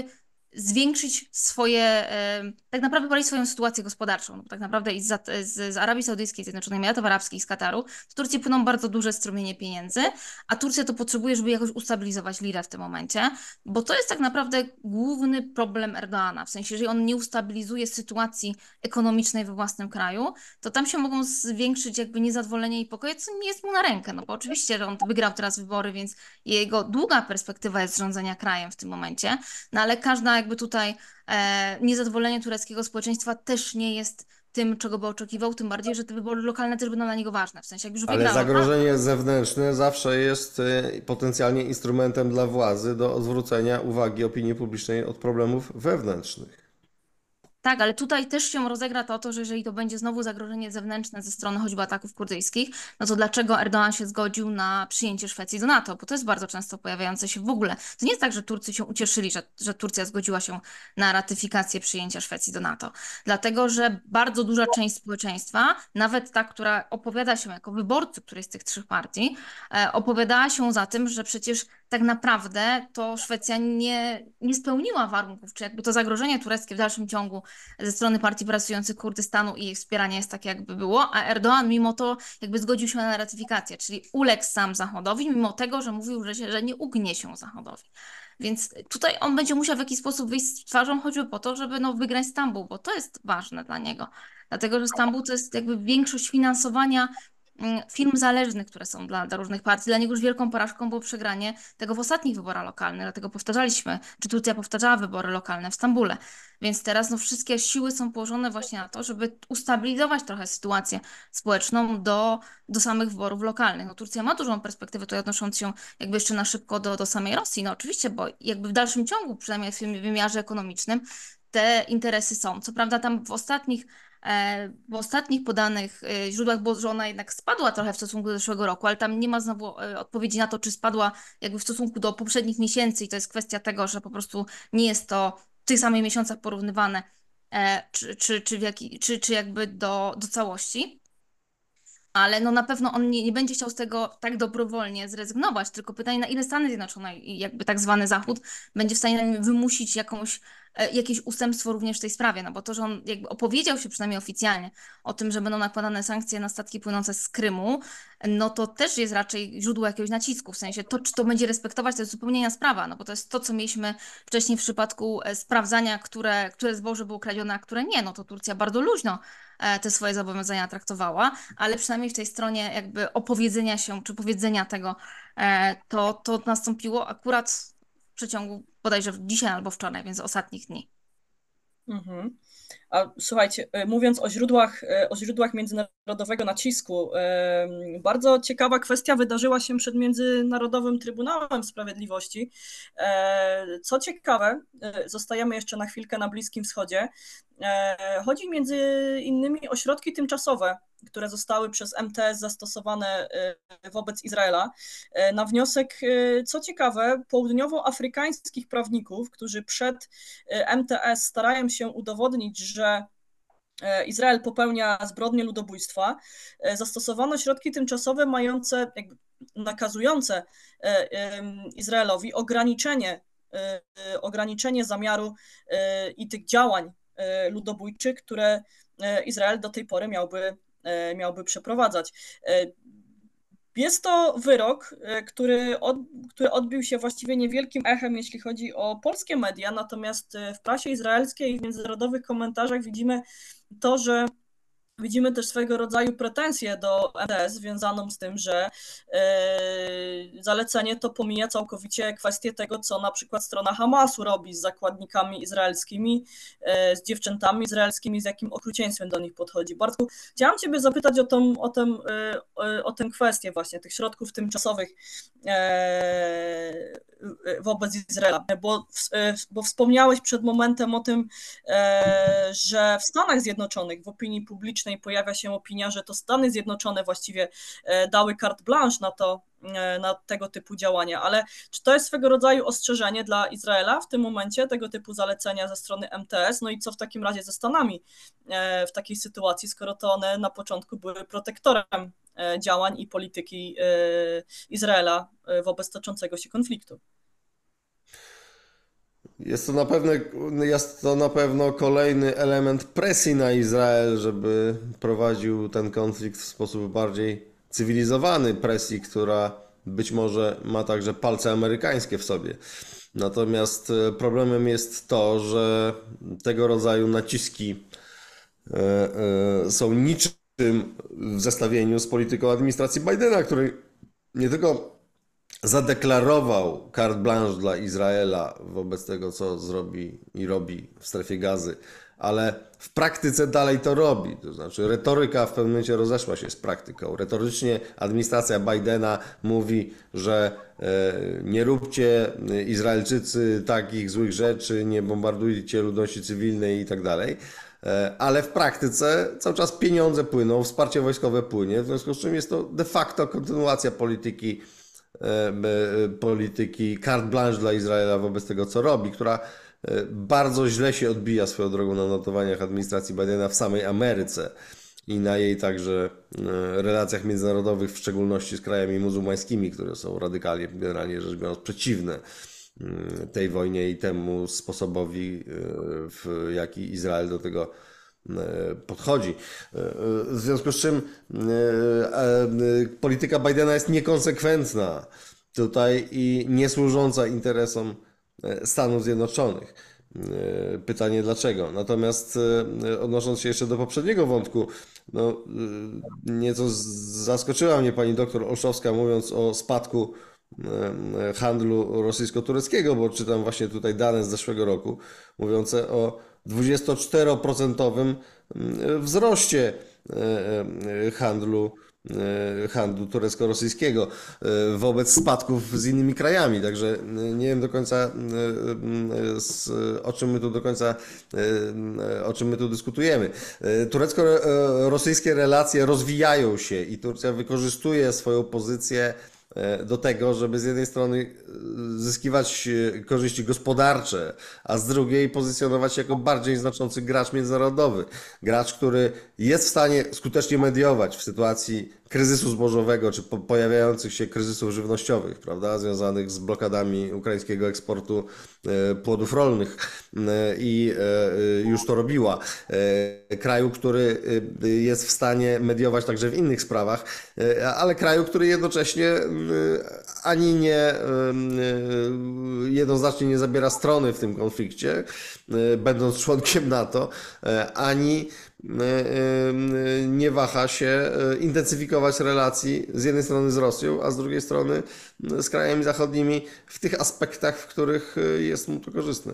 zwiększyć swoje, e, tak naprawdę poprawić swoją sytuację gospodarczą. No bo tak naprawdę i z, z, z Arabii Saudyjskiej, Zjednoczonych Emiratów Arabskich, z Kataru, z Turcji płyną bardzo duże strumienie pieniędzy, a Turcja to potrzebuje, żeby jakoś ustabilizować lirę w tym momencie, bo to jest tak naprawdę główny problem Erdoana. W sensie, jeżeli on nie ustabilizuje sytuacji ekonomicznej we własnym kraju, to tam się mogą zwiększyć jakby niezadowolenie i pokoje, co nie jest mu na rękę. No bo oczywiście, że on wygrał teraz wybory, więc jego długa perspektywa jest rządzenia krajem w tym momencie, no ale każda jakby tutaj e, niezadowolenie tureckiego społeczeństwa też nie jest tym, czego by oczekiwał, tym bardziej, że te wybory lokalne też będą dla niego ważne. W sensie, jak już Ale wygra lokalne, zagrożenie zewnętrzne zawsze jest y, potencjalnie instrumentem dla władzy do odwrócenia uwagi opinii publicznej od problemów wewnętrznych. tak, ale tutaj też się rozegra to, to, że jeżeli to będzie znowu zagrożenie zewnętrzne ze strony choćby ataków kurdyjskich, no to dlaczego Erdoğan się zgodził na przyjęcie Szwecji do NATO? Bo to jest bardzo często pojawiające się w ogóle. To nie jest tak, że Turcy się ucieszyli, że, że Turcja zgodziła się na ratyfikację przyjęcia Szwecji do NATO. Dlatego, że bardzo duża część społeczeństwa, nawet ta, która opowiada się jako wyborcy którejś z tych trzech partii, e, opowiadała się za tym, że przecież tak naprawdę to Szwecja nie, nie spełniła warunków, czy jakby to zagrożenie tureckie w dalszym ciągu ze strony Partii Pracujących Kurdystanu i ich wspierania jest takie, jakby było, a Erdoğan mimo to jakby zgodził się na ratyfikację, czyli uległ sam Zachodowi, mimo tego, że mówił, że, się, że nie ugnie się Zachodowi. Więc tutaj on będzie musiał w jakiś sposób wyjść z twarzą, choćby po to, żeby no, wygrać Stambuł, bo to jest ważne dla niego. Dlatego, że Stambuł to jest jakby większość finansowania mm, firm zależnych, które są dla, dla różnych partii. Dla niego już wielką porażką było przegranie tego w ostatnich wyborach lokalnych, dlatego powtarzaliśmy, czy Turcja powtarzała wybory lokalne w Stambule. Więc teraz no, wszystkie siły są położone właśnie na to, żeby ustabilizować trochę sytuację społeczną do, do samych wyborów lokalnych. No, Turcja ma dużą perspektywę, tutaj odnosząc się jakby jeszcze na szybko do, do samej Rosji. No oczywiście, bo jakby w dalszym ciągu, przynajmniej w tym wymiarze ekonomicznym, te interesy są. Co prawda tam w ostatnich e, w ostatnich podanych e, źródłach było, że ona jednak spadła trochę w stosunku do zeszłego roku, ale tam nie ma znowu e, odpowiedzi na to, czy spadła jakby w stosunku do poprzednich miesięcy i to jest kwestia tego, że po prostu nie jest to w tych samych miesiącach porównywane, e, czy, czy, czy, w jaki, czy, czy jakby do, do całości. Ale no na pewno on nie, nie będzie chciał z tego tak dobrowolnie zrezygnować, tylko pytanie, na ile Stany Zjednoczone i jakby tak zwany Zachód będzie w stanie na nim wymusić jakąś, e, jakieś ustępstwo również w tej sprawie, no bo to, że on jakby opowiedział się przynajmniej oficjalnie o tym, że będą nakładane sankcje na statki płynące z Krymu, no to też jest raczej źródło jakiegoś nacisku, w sensie to, czy to będzie respektować, to jest zupełnie inna sprawa, no bo to jest to, co mieliśmy wcześniej w przypadku e, sprawdzania, które, które zboże było kradzione, a które nie, no to Turcja bardzo luźno e, te swoje zobowiązania traktowała, ale przynajmniej w tej stronie jakby opowiedzenia się, czy powiedzenia tego, e, to, to nastąpiło akurat w przeciągu bodajże dzisiaj albo wczoraj, więc ostatnich dni. Mhm. A słuchajcie, y, mówiąc o źródłach, y, o źródłach międzynarodowego nacisku, y, bardzo ciekawa kwestia wydarzyła się przed Międzynarodowym Trybunałem Sprawiedliwości. E, Co ciekawe, y, zostajemy jeszcze na chwilkę na Bliskim Wschodzie. E, Chodzi między innymi o środki tymczasowe, które zostały przez M T S zastosowane y, wobec Izraela. E, Na wniosek, y, co ciekawe, południowoafrykańskich prawników, którzy przed y, M T S starają się udowodnić, że e, Izrael popełnia zbrodnie ludobójstwa, e, zastosowano środki tymczasowe mające, jakby nakazujące e, em, Izraelowi ograniczenie, e, e, ograniczenie zamiaru e, i tych działań e, ludobójczych, które e, Izrael do tej pory miałby, e, miałby przeprowadzać. E, Jest to wyrok, e, który, od, który odbił się właściwie niewielkim echem, jeśli chodzi o polskie media, natomiast e, w prasie izraelskiej i w międzynarodowych komentarzach widzimy to, że widzimy też swego rodzaju pretensję do M T S związaną z tym, że e, zalecenie to pomija całkowicie kwestię tego, co na przykład strona Hamasu robi z zakładnikami izraelskimi, e, z dziewczętami izraelskimi, z jakim okrucieństwem do nich podchodzi. Bartku, chciałam Ciebie zapytać o tą, o tą, e, o- o tę kwestię właśnie tych środków tymczasowych e, wobec Izraela, bo, w- e, bo wspomniałeś przed momentem o tym, e, że w Stanach Zjednoczonych w opinii publicznej pojawia się opinia, że to Stany Zjednoczone właściwie e, dały carte blanche na to, e, na tego typu działania, ale czy to jest swego rodzaju ostrzeżenie dla Izraela w tym momencie, tego typu zalecenia ze strony M T S, no i co w takim razie ze Stanami e, w takiej sytuacji, skoro to one na początku były protektorem e, działań i polityki e, Izraela e, wobec toczącego się konfliktu? Jest to na pewno, jest to na pewno kolejny element presji na Izrael, żeby prowadził ten konflikt w sposób bardziej cywilizowany, presji, która być może ma także palce amerykańskie w sobie. Natomiast e, problemem jest to, że tego rodzaju naciski e, e, są niczym w zestawieniu z polityką administracji Bidena, który nie tylko zadeklarował carte blanche dla Izraela wobec tego, co zrobi i robi w strefie Gazy, ale w praktyce dalej to robi. To znaczy retoryka w pewnym momencie rozeszła się z praktyką. Retorycznie administracja Bidena mówi, że e, nie róbcie Izraelczycy takich złych rzeczy, nie bombardujcie ludności cywilnej i tak dalej. E, Ale w praktyce cały czas pieniądze płyną, wsparcie wojskowe płynie, w związku z czym jest to de facto kontynuacja polityki e, e, polityki carte blanche dla Izraela wobec tego, co robi, która e, bardzo źle się odbija swoją drogą na notowaniach administracji Bidena w samej Ameryce i na jej także e, relacjach międzynarodowych, w szczególności z krajami muzułmańskimi, które są radykalnie, generalnie rzecz biorąc, przeciwne mm, tej wojnie i temu sposobowi, e, w jaki Izrael do tego e, podchodzi. E, e, W związku z czym e, e, polityka Bidena jest niekonsekwentna tutaj i niesłużąca interesom e, Stanów Zjednoczonych. E, Pytanie dlaczego? Natomiast e, odnosząc się jeszcze do poprzedniego wątku, no, e, nieco z- zaskoczyła mnie pani doktor Olszowska, mówiąc o spadku e, handlu rosyjsko-tureckiego, bo czytam właśnie tutaj dane z zeszłego roku mówiące o dwudziestoczteroprocentowym mm, wzroście e, e, handlu, e, handlu turecko-rosyjskiego e, wobec spadków z innymi krajami. Także e, nie wiem do końca, e, e, z, o czym my tu do końca, e, o czym my tu dyskutujemy. E, Turecko-rosyjskie relacje rozwijają się i Turcja wykorzystuje swoją pozycję e, do tego, żeby z jednej strony e, zyskiwać e, korzyści gospodarcze, a z drugiej pozycjonować się jako bardziej znaczący gracz międzynarodowy. Gracz, który jest w stanie skutecznie mediować w sytuacji kryzysu zbożowego czy po, pojawiających się kryzysów żywnościowych, prawda, związanych z blokadami ukraińskiego eksportu e, płodów rolnych e, i e, już to robiła. E, kraju, który e, jest w stanie mediować także w innych sprawach, e, ale kraju, który jednocześnie e, ani nie e, e, jednoznacznie nie zabiera strony w tym konflikcie, e, będąc członkiem NATO, e, ani e, e, nie waha się e, intensyfikować relacji z jednej strony z Rosją, a z drugiej strony e, z krajami zachodnimi w tych aspektach, w których e, jest mu to korzystne.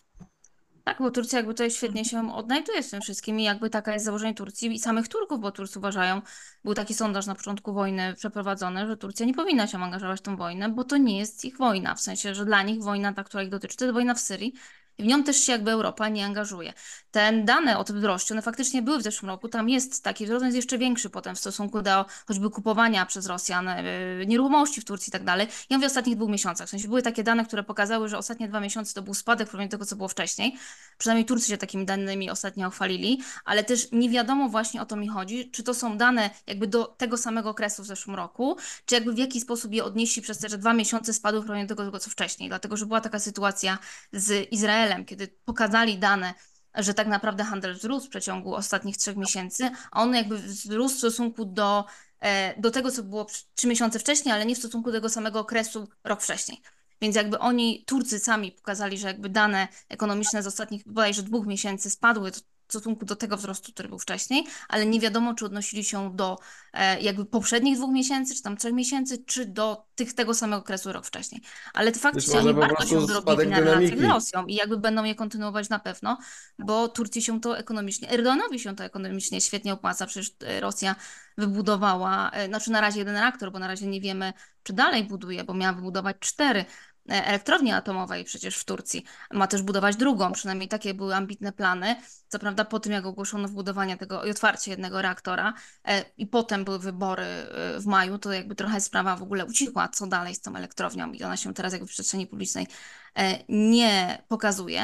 Tak, bo Turcja jakby tutaj świetnie się odnajduje w tym wszystkim i jakby taka jest założenie Turcji i samych Turków, bo Turcy uważają, był taki sondaż na początku wojny przeprowadzony, że Turcja nie powinna się angażować w tę wojnę, bo to nie jest ich wojna, w sensie, że dla nich wojna, ta, która ich dotyczy, to jest wojna w Syrii i w nią też się jakby Europa nie angażuje. Te dane o tym wzroście, one faktycznie były w zeszłym roku, tam jest taki wzrost, on jest jeszcze większy potem w stosunku do choćby kupowania przez Rosjan yy, nieruchomości w Turcji i tak dalej. Ja mówię o ostatnich dwóch miesiącach, w sensie były takie dane, które pokazały, że ostatnie dwa miesiące to był spadek w porównaniu do tego, co było wcześniej. Przynajmniej Turcy się takimi danymi ostatnio chwalili, ale też nie wiadomo właśnie o to mi chodzi, czy to są dane jakby do tego samego okresu w zeszłym roku, czy jakby w jaki sposób je odnieśli przez te, że dwa miesiące spadły w porównaniu do tego, co wcześniej. Dlatego, że była taka sytuacja z Izraelem, kiedy pokazali dane, że tak naprawdę handel wzrósł w przeciągu ostatnich trzech miesięcy, a on jakby wzrósł w stosunku do, e, do tego, co było przy- trzy miesiące wcześniej, ale nie w stosunku do tego samego okresu rok wcześniej. Więc jakby oni, Turcy sami pokazali, że jakby dane ekonomiczne z ostatnich bodajże dwóch miesięcy spadły w stosunku do tego wzrostu, który był wcześniej, ale nie wiadomo, czy odnosili się do e, jakby poprzednich dwóch miesięcy, czy tam trzech miesięcy, czy do tych, tego samego okresu rok wcześniej. Ale Być faktycznie może oni po bardzo prostu się dorobili spadek na relacjach z dynamiki. Rosją i jakby będą je kontynuować na pewno, bo Turcji się to ekonomicznie, Erdoganowi się to ekonomicznie świetnie opłaca, przecież e, Rosja wybudowała, e, znaczy na razie jeden reaktor, bo na razie nie wiemy, czy dalej buduje, bo miała wybudować cztery e, elektrowni atomowej przecież w Turcji. Ma też budować drugą, przynajmniej takie były ambitne plany. Co prawda po tym, jak ogłoszono wbudowanie tego i otwarcie jednego reaktora e, i potem były wybory e, w maju, to jakby trochę sprawa w ogóle ucichła, co dalej z tą elektrownią i ona się teraz jakby w przestrzeni publicznej e, nie pokazuje.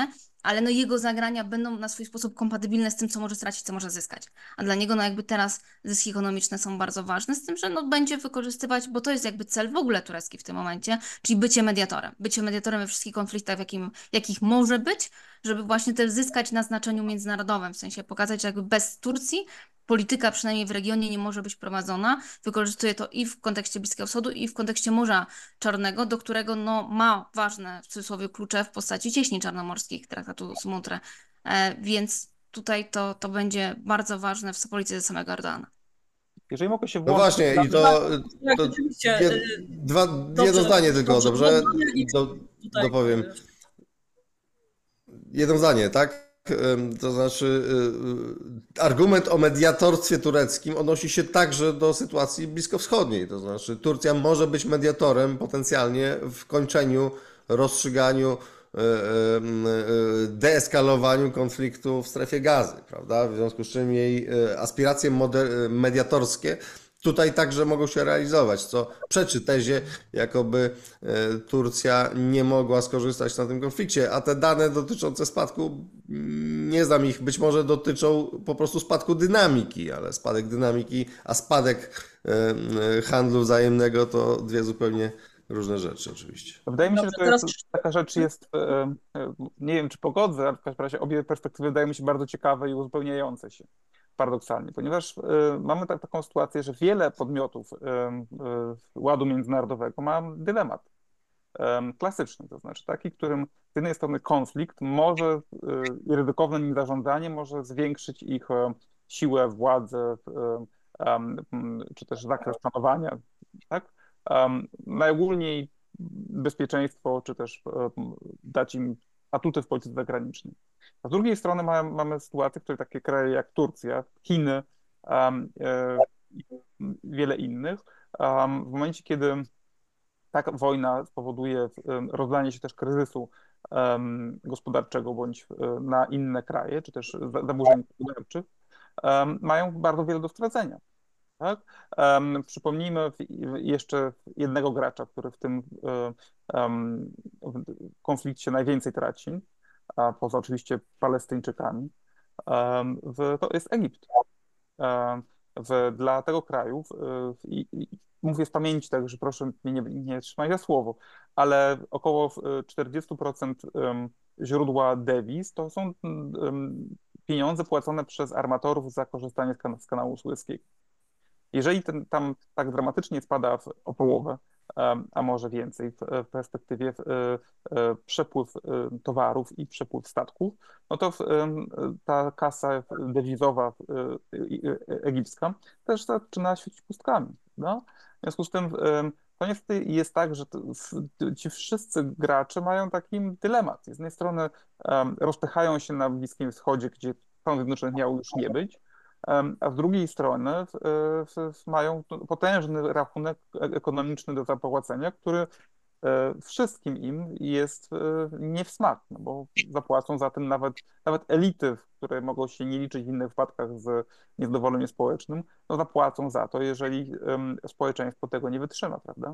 ale no jego zagrania będą na swój sposób kompatybilne z tym, co może stracić, co może zyskać. A dla niego no jakby teraz zyski ekonomiczne są bardzo ważne, z tym, że no będzie wykorzystywać, bo to jest jakby cel w ogóle turecki w tym momencie, czyli bycie mediatorem. Bycie mediatorem we wszystkich konfliktach, w jakim, jakich może być, żeby właśnie też zyskać na znaczeniu międzynarodowym, w sensie pokazać, że jakby bez Turcji polityka przynajmniej w regionie nie może być prowadzona. Wykorzystuje to i w kontekście Bliskiego Wschodu, i w kontekście Morza Czarnego, do którego no, ma ważne, w cudzysłowie, klucze w postaci cieśni czarnomorskich, traktatu z Montreux. E, więc tutaj to, to będzie bardzo ważne w polityce samego Erdoğana. Jeżeli mogę się No włączyć... właśnie, i to, Tak, to oczywiście. jed, y, dwa, dobrze, jedno zdanie tylko, dobrze, dobrze? dwa zdania i Do, tutaj, dopowiem. y, Jedno zdanie, tak? Ym, To znaczy, y, y, argument o mediatorstwie tureckim odnosi się także do sytuacji bliskowschodniej. To znaczy, Turcja może być mediatorem potencjalnie w kończeniu, rozstrzyganiu, y, y, y, deeskalowaniu konfliktu w strefie Gazy, prawda? W związku z czym jej y, aspiracje moder- mediatorskie tutaj także mogą się realizować, co przeczy tezie, jakoby e, Turcja nie mogła skorzystać na tym konflikcie, a te dane dotyczące spadku, mm, nie znam ich, być może dotyczą po prostu spadku dynamiki, ale spadek dynamiki, a spadek e, e, handlu wzajemnego to dwie zupełnie różne rzeczy oczywiście. Wydaje mi się, że Dobrze, to jest, teraz- taka rzecz jest, e, e, nie wiem czy pogodzę, ale w każdym razie obie perspektywy wydają mi się bardzo ciekawe i uzupełniające się, paradoksalnie, ponieważ e, mamy tak, taką sytuację, że wiele podmiotów e, e, ładu międzynarodowego ma dylemat e, klasyczny, to znaczy taki, którym z jednej strony konflikt może e, i ryzykowne nim zarządzanie może zwiększyć ich e, siłę, władzę, e, em, m, czy też zakres panowania, tak? Um, najogólniej bezpieczeństwo, czy też um, dać im atuty w polityce zagranicznej. A z drugiej strony mamy, mamy sytuację, w której takie kraje jak Turcja, Chiny um, e, i wiele innych, um, w momencie, kiedy taka wojna spowoduje um, rozlanie się też kryzysu um, gospodarczego bądź um, na inne kraje, czy też za- zaburzeń gospodarczych, um, mają bardzo wiele do stracenia. Tak? Um, przypomnijmy jeszcze jednego gracza, który w tym um, w konflikcie najwięcej traci, a poza oczywiście Palestyńczykami, um, w, to jest Egipt. Um, w, dla tego kraju, w, i, i, mówię z pamięci, także proszę mnie nie, nie trzymaj za słowo, ale około czterdzieści procent um, źródła dewiz to są um, pieniądze płacone przez armatorów za korzystanie z, kan z kanału Sueskiego. Jeżeli ten tam tak dramatycznie spada w, o połowę, um, a może więcej w, w perspektywie w, e, przepływ e, towarów i przepływ statków, no to w, e, ta kasa dewizowa e, e, egipska też zaczyna świecić pustkami. No? W związku z tym e, to niestety jest tak, że to, w, ci wszyscy gracze mają taki dylemat. Z jednej strony um, rozpychają się na Bliskim Wschodzie, gdzie Stanów Zjednoczonych miało już nie być, a z drugiej strony w, w, mają potężny rachunek ekonomiczny do zapłacenia, który wszystkim im jest nie w smak, no bo zapłacą za tym nawet, nawet elity, które mogą się nie liczyć w innych wypadkach z niezadowoleniem społecznym, no zapłacą za to, jeżeli społeczeństwo tego nie wytrzyma, prawda?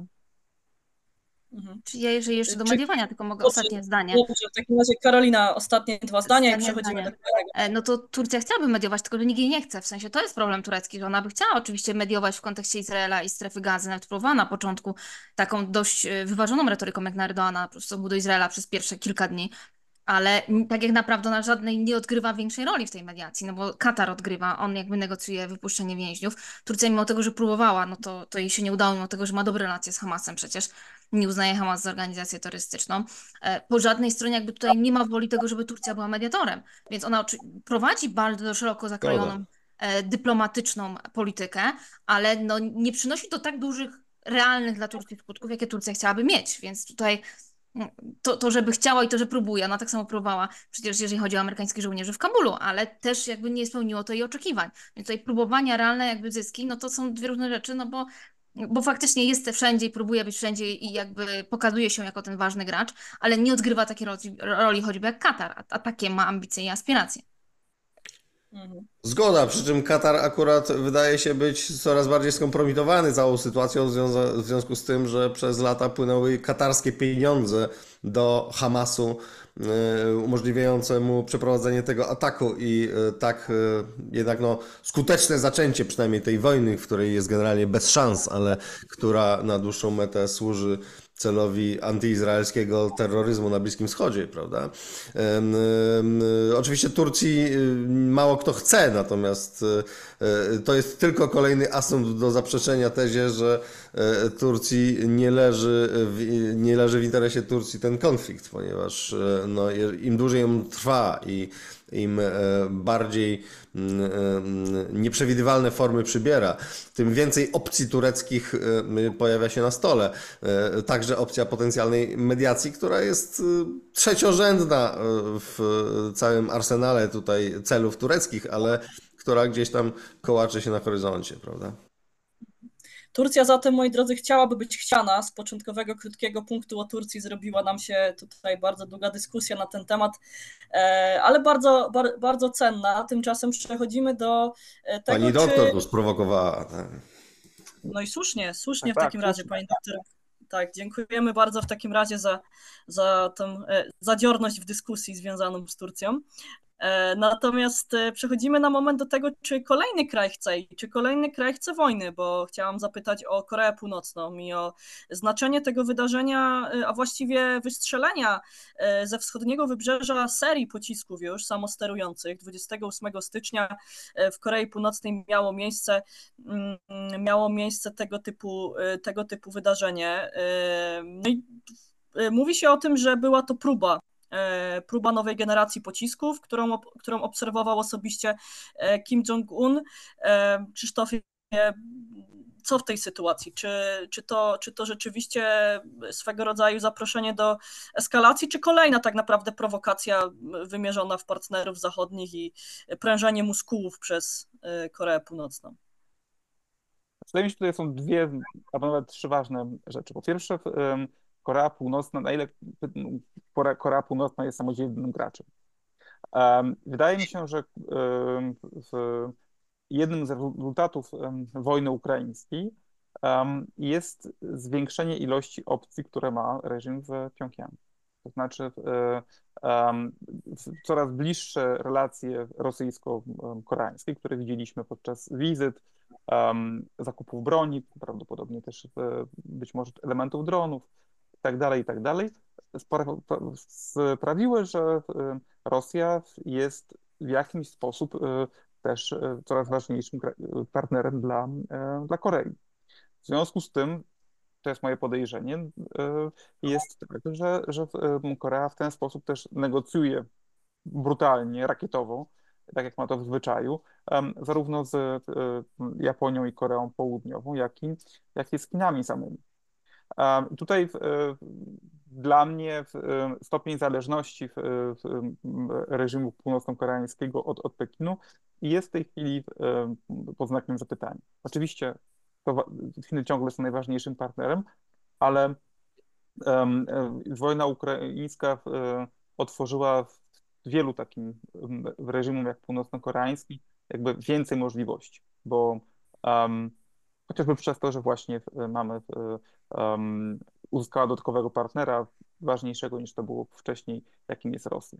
Mhm. Czyli ja, jeżeli jeszcze do Czy- mediowania, tylko mogę Dobrze, ostatnie zdanie. Dobrze, w takim razie Karolina, ostatnie dwa zdania i Ostatnie przechodzimy zdanie. do kolejnego. E, No to Turcja chciałaby mediować, tylko że nikt jej nie chce. W sensie to jest problem turecki, że ona by chciała oczywiście mediować w kontekście Izraela i strefy Gazy. Nawet próbowała na początku taką dość e, wyważoną retoryką jak na Erdoğana w stosunku do Izraela przez pierwsze kilka dni. Ale n- tak jak naprawdę ona żadnej nie odgrywa większej roli w tej mediacji, no bo Katar odgrywa, on jakby negocjuje wypuszczenie więźniów. Turcja mimo tego, że próbowała, no to, to jej się nie udało, mimo tego, że ma dobre relacje z Hamasem przecież, nie uznaje Hamas za organizację terrorystyczną. E, Po żadnej stronie jakby tutaj nie ma woli tego, żeby Turcja była mediatorem, więc ona oczy- prowadzi bardzo szeroko zakrojoną e, dyplomatyczną politykę, ale no nie przynosi to tak dużych, realnych dla Turcji skutków, jakie Turcja chciałaby mieć, więc tutaj to, to, żeby chciała i to, że próbuje. Ona tak samo próbowała przecież, jeżeli chodzi o amerykańskich żołnierzy w Kabulu, ale też jakby nie spełniło to jej oczekiwań. Więc tutaj próbowania, realne jakby zyski, no to są dwie różne rzeczy, no bo, bo faktycznie jest wszędzie i próbuje być wszędzie i jakby pokazuje się jako ten ważny gracz, ale nie odgrywa takiej roli, roli choćby jak Katar, a, a takie ma ambicje i aspiracje. Mhm. Zgoda, przy czym Katar akurat wydaje się być coraz bardziej skompromitowany całą sytuacją w, związa- w związku z tym, że przez lata płynęły katarskie pieniądze do Hamasu e, umożliwiającemu przeprowadzenie tego ataku i e, tak e, jednak no, skuteczne zaczęcie przynajmniej tej wojny, w której jest generalnie bez szans, ale która na dłuższą metę służy celowi antyizraelskiego terroryzmu na Bliskim Wschodzie, prawda? Em, em, Oczywiście Turcji y, mało kto chce, natomiast y, y, to jest tylko kolejny asumpt do zaprzeczenia tezie, że y, Turcji nie leży, w, nie leży w interesie Turcji ten konflikt, ponieważ y, no, je- im dłużej on trwa i im e, bardziej mm, e, nieprzewidywalne formy przybiera, tym więcej opcji tureckich e, pojawia się na stole. E, Także opcja potencjalnej mediacji, która jest e, trzeciorzędna e, w całym arsenale tutaj celów tureckich, ale która gdzieś tam kołacze się na horyzoncie, prawda? Turcja zatem, moi drodzy, chciałaby być chciana. Z początkowego krótkiego punktu o Turcji zrobiła nam się tutaj bardzo długa dyskusja na ten temat, e, ale bardzo, bar, bardzo cenna. Tymczasem przechodzimy do e, Pani tego, doktor czy... tu sprowokowała. Tak. No i słusznie, słusznie Tak, w tak, takim razie, słusznie. pani doktor. Tak, dziękujemy bardzo w takim razie za, za tę e, zadziorność w dyskusji związaną z Turcją. E, Natomiast e, przechodzimy na moment do tego, czy kolejny kraj chce, i czy kolejny kraj chce wojny, bo chciałam zapytać o Koreę Północną i o znaczenie tego wydarzenia, e, a właściwie wystrzelenia e, ze wschodniego wybrzeża serii pocisków już samosterujących. dwudziestego ósmego stycznia e, w Korei Północnej miało miejsce, mm, miało miejsce tego typu, e, tego typu wydarzenie. E, No i e, mówi się o tym, że była to próba e, próba nowej generacji pocisków, którą, którą obserwował osobiście e, Kim Jong-un. E, Krzysztofie, co w tej sytuacji? Czy, czy, to, czy to rzeczywiście swego rodzaju zaproszenie do eskalacji, czy kolejna tak naprawdę prowokacja wymierzona w partnerów zachodnich i prężenie muskułów przez e, Koreę Północną? Wydaje mi się, że tutaj są dwie, a nawet trzy ważne rzeczy. Po pierwsze, em, Korea Północna, na ile Korea Korea Północna jest samodzielnym graczem. Em, Wydaje mi się, że em, w jednym z rezultatów em, wojny ukraińskiej em, jest zwiększenie ilości opcji, które ma reżim w Pjongjangu. To znaczy e, em, w- coraz bliższe relacje rosyjsko-koreańskie, które widzieliśmy podczas wizyt, em, zakupów broni, prawdopodobnie też e, być może elementów dronów i tak dalej, i tak dalej, spra- sprawiły, że e, Rosja jest w jakimś sposób e, też e, coraz ważniejszym kra- partnerem dla, e, dla Korei. W związku z tym, to jest moje podejrzenie, e, jest tak, że, że e, Korea w ten sposób też negocjuje brutalnie, rakietowo, tak jak ma to w zwyczaju, em, zarówno z e, Japonią i Koreą Południową, jak i, jak i z Chinami samymi. Um, i tutaj w, e, dla mnie w, e, stopień zależności w, w, m, reżimu północno-koreańskiego od, od Pekinu jest w tej chwili e, pod znakiem zapytania. Oczywiście to, wa- Chiny ciągle są najważniejszym partnerem, ale em, e, wojna ukraińska e, otworzyła w wielu takim em, reżimom jak północno-koreański jakby więcej możliwości, bo em, chociażby przez to, że właśnie e, mamy e, em, uzyskała dodatkowego partnera ważniejszego niż to było wcześniej, jakim jest Rosja.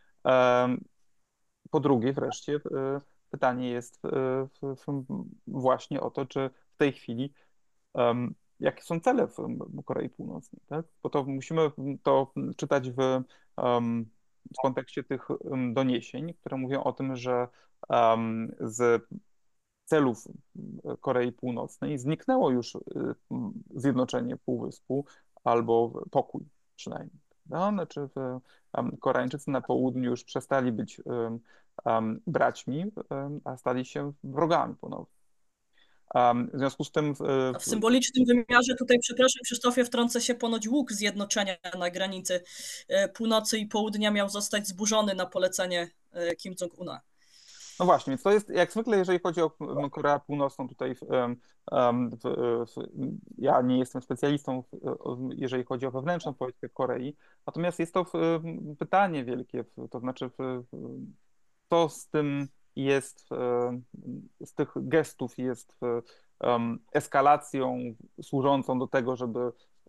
Em, Po drugie, wreszcie, e, pytanie jest e, w- w- właśnie o to, czy w tej chwili em, jakie są cele w w Korei Północnej, tak? Bo to musimy to czytać w, em, w kontekście tych em, doniesień, które mówią o tym, że em, z celów Korei Północnej zniknęło już y, zjednoczenie Półwyspu albo pokój przynajmniej. No, znaczy w, em, Koreańczycy na południu już przestali być em, em, braćmi, em, a stali się wrogami ponownie. Em, w związku z tym w, A w w, symbolicznym wymiarze tutaj, przepraszam, Krzysztofie, wtrącę się, ponoć łuk zjednoczenia na granicy e, północy i południa miał zostać zburzony na polecenie e, Kim Jong-una. No właśnie, więc to jest jak zwykle, jeżeli chodzi o m, Koreę Północną, tutaj w, em, em, w, w, ja nie jestem specjalistą, w, o- jeżeli chodzi o wewnętrzną politykę Korei, natomiast jest to w, em, pytanie wielkie, w, to znaczy w, w, co z tym jest, em, z tych gestów jest em, eskalacją służącą do tego, żeby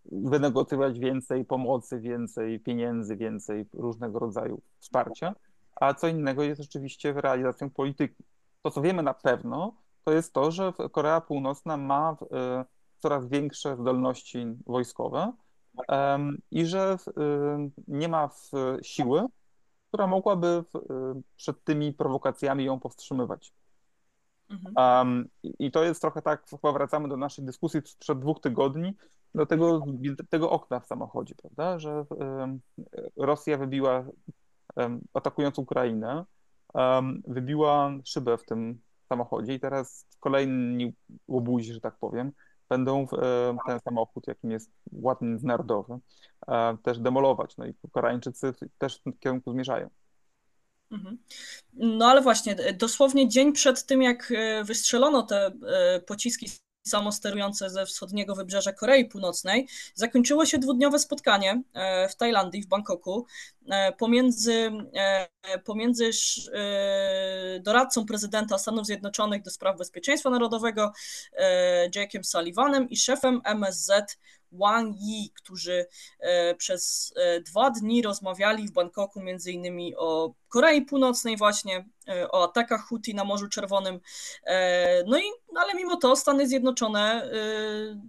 wynegocjować więcej pomocy, więcej pieniędzy, więcej różnego rodzaju wsparcia, a co innego jest rzeczywiście realizacją polityki. To, co wiemy na pewno, to jest to, że Korea Północna ma e, coraz większe zdolności wojskowe em, i że e, nie ma w, siły, która mogłaby w, e, przed tymi prowokacjami ją powstrzymywać. Mhm. Um, i, I to jest trochę tak, chyba wracamy do naszej dyskusji sprzed dwóch tygodni, do tego, tego okna w samochodzie, prawda, że um, Rosja wybiła, um, atakując Ukrainę, um, wybiła szybę w tym samochodzie i teraz kolejni łobuzi, że tak powiem, będą w, e, ten samochód, jakim jest ład międzynarodowy, e, też demolować. No i Koreańczycy też w tym kierunku zmierzają. Mhm. No ale właśnie, dosłownie dzień przed tym, jak e, wystrzelono te e, pociski samosterujące ze wschodniego wybrzeża Korei Północnej, zakończyło się dwudniowe spotkanie e, w Tajlandii, w Bangkoku, e, pomiędzy, e, pomiędzy sz- e, doradcą prezydenta Stanów Zjednoczonych do spraw bezpieczeństwa narodowego e, Jake'em Sullivanem i szefem M S Z Wang Yi, którzy e, przez e, dwa dni rozmawiali w Bangkoku między innymi o Korei Północnej właśnie, e, o atakach Huti na Morzu Czerwonym. E, No i, ale mimo to Stany Zjednoczone e,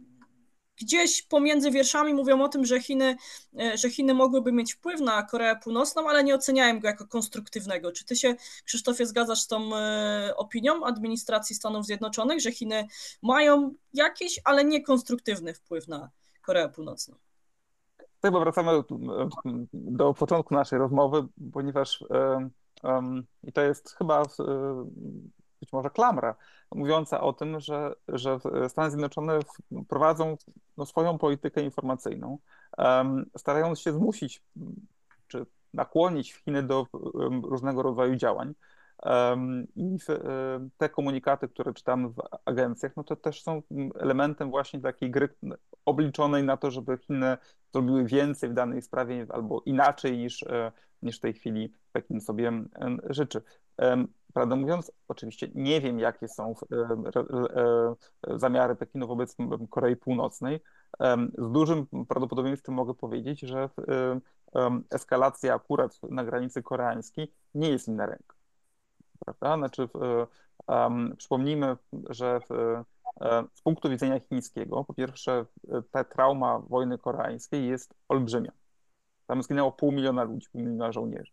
gdzieś pomiędzy wierszami mówią o tym, że Chiny, e, że Chiny mogłyby mieć wpływ na Koreę Północną, ale nie oceniają go jako konstruktywnego. Czy ty się, Krzysztofie, zgadzasz z tą e, opinią administracji Stanów Zjednoczonych, że Chiny mają jakiś, ale nie konstruktywny wpływ na Koreę Północną? Chyba wracamy do, do początku naszej rozmowy, ponieważ em, em, i to jest chyba e, być może klamra mówiąca o tym, że, że Stany Zjednoczone w- prowadzą no, swoją politykę informacyjną, em, starając się zmusić czy nakłonić Chiny do em, różnego rodzaju działań. Em, I w, em, te komunikaty, które czytamy w agencjach, no to też są elementem właśnie takiej gry obliczonej na to, żeby Chiny zrobiły więcej w danej sprawie albo inaczej niż, e, niż w tej chwili Pekin sobie em, życzy. Em, Prawdę mówiąc, oczywiście nie wiem, jakie są em, re- e, zamiary Pekinu wobec m, Korei Północnej. Em, Z dużym prawdopodobieństwem mogę powiedzieć, że em, em, eskalacja akurat na granicy koreańskiej nie jest im na rękę, prawda? Znaczy, w, em, przypomnijmy, że w, e, z punktu widzenia chińskiego, po pierwsze, e, ta trauma wojny koreańskiej jest olbrzymia. Tam zginęło pół miliona ludzi, pół miliona żołnierzy.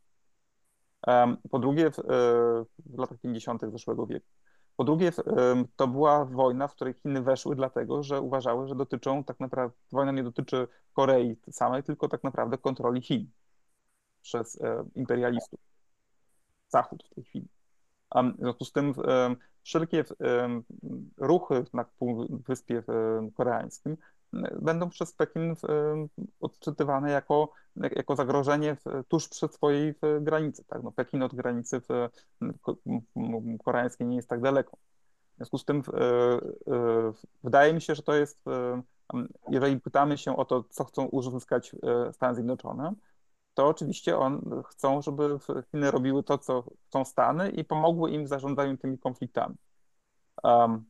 Em, Po drugie, w, e, w latach pięćdziesiątych zeszłego wieku. Po drugie, w, em, to była wojna, w której Chiny weszły dlatego, że uważały, że dotyczą tak naprawdę, wojna nie dotyczy Korei samej, tylko tak naprawdę kontroli Chin przez e, imperialistów. Zachód w tej chwili. A w związku z tym em, wszelkie em, ruchy na Półwyspie em, Koreańskim em, będą przez Pekin em, odczytywane jako, jako zagrożenie w, tuż przed swojej w, granicy. Tak? No, Pekin od granicy w, ko- m- koreańskiej nie jest tak daleko. W związku z tym e, e, wydaje mi się, że to jest, e, jeżeli pytamy się o to, co chcą uzyskać e, Stany Zjednoczone, to oczywiście on, chcą, żeby Chiny robiły to, co chcą Stany i pomogły im w zarządzaniu tymi konfliktami. Um,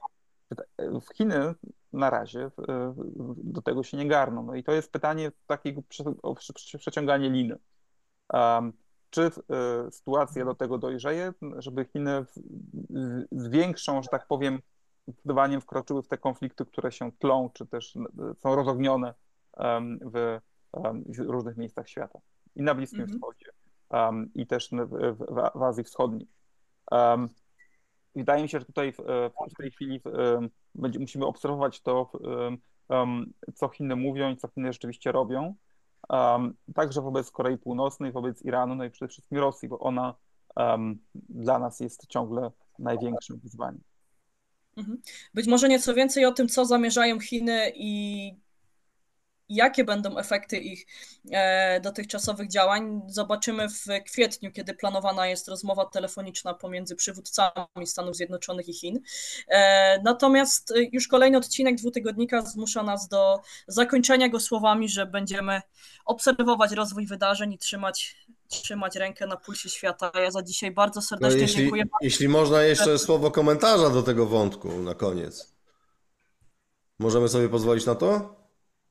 w Chiny na razie e, do tego się nie garną. No i to jest pytanie takiego prze, o prze, prze- przeciąganie liny. Um, czy e, sytuacja do tego dojrzeje, żeby Chiny w- w- z większą, że tak powiem, zdecydowaniem wkroczyły w te konflikty, które się tlą, czy też e, są rozognione em, w, em, w różnych miejscach świata. I na Bliskim Mhm. Wschodzie, em, i też w, w, w Azji Wschodniej. Um, Wydaje mi się, że tutaj w, w tej chwili em, będzie, musimy obserwować to, em, em, co Chiny mówią i co Chiny rzeczywiście robią. Um, także wobec Korei Północnej, wobec Iranu, no i przede wszystkim Rosji, bo ona em, dla nas jest ciągle największym wyzwaniem. Mhm. Być może nieco więcej o tym, co zamierzają Chiny i jakie będą efekty ich e, dotychczasowych działań, zobaczymy w kwietniu, kiedy planowana jest rozmowa telefoniczna pomiędzy przywódcami Stanów Zjednoczonych i Chin. E, natomiast już kolejny odcinek dwutygodnika zmusza nas do zakończenia go słowami, że będziemy obserwować rozwój wydarzeń i trzymać, trzymać rękę na pulsie świata. Ja za dzisiaj bardzo To serdecznie jeśli, dziękuję. jeśli można jeszcze słowo komentarza do tego wątku na koniec. Możemy sobie pozwolić na to?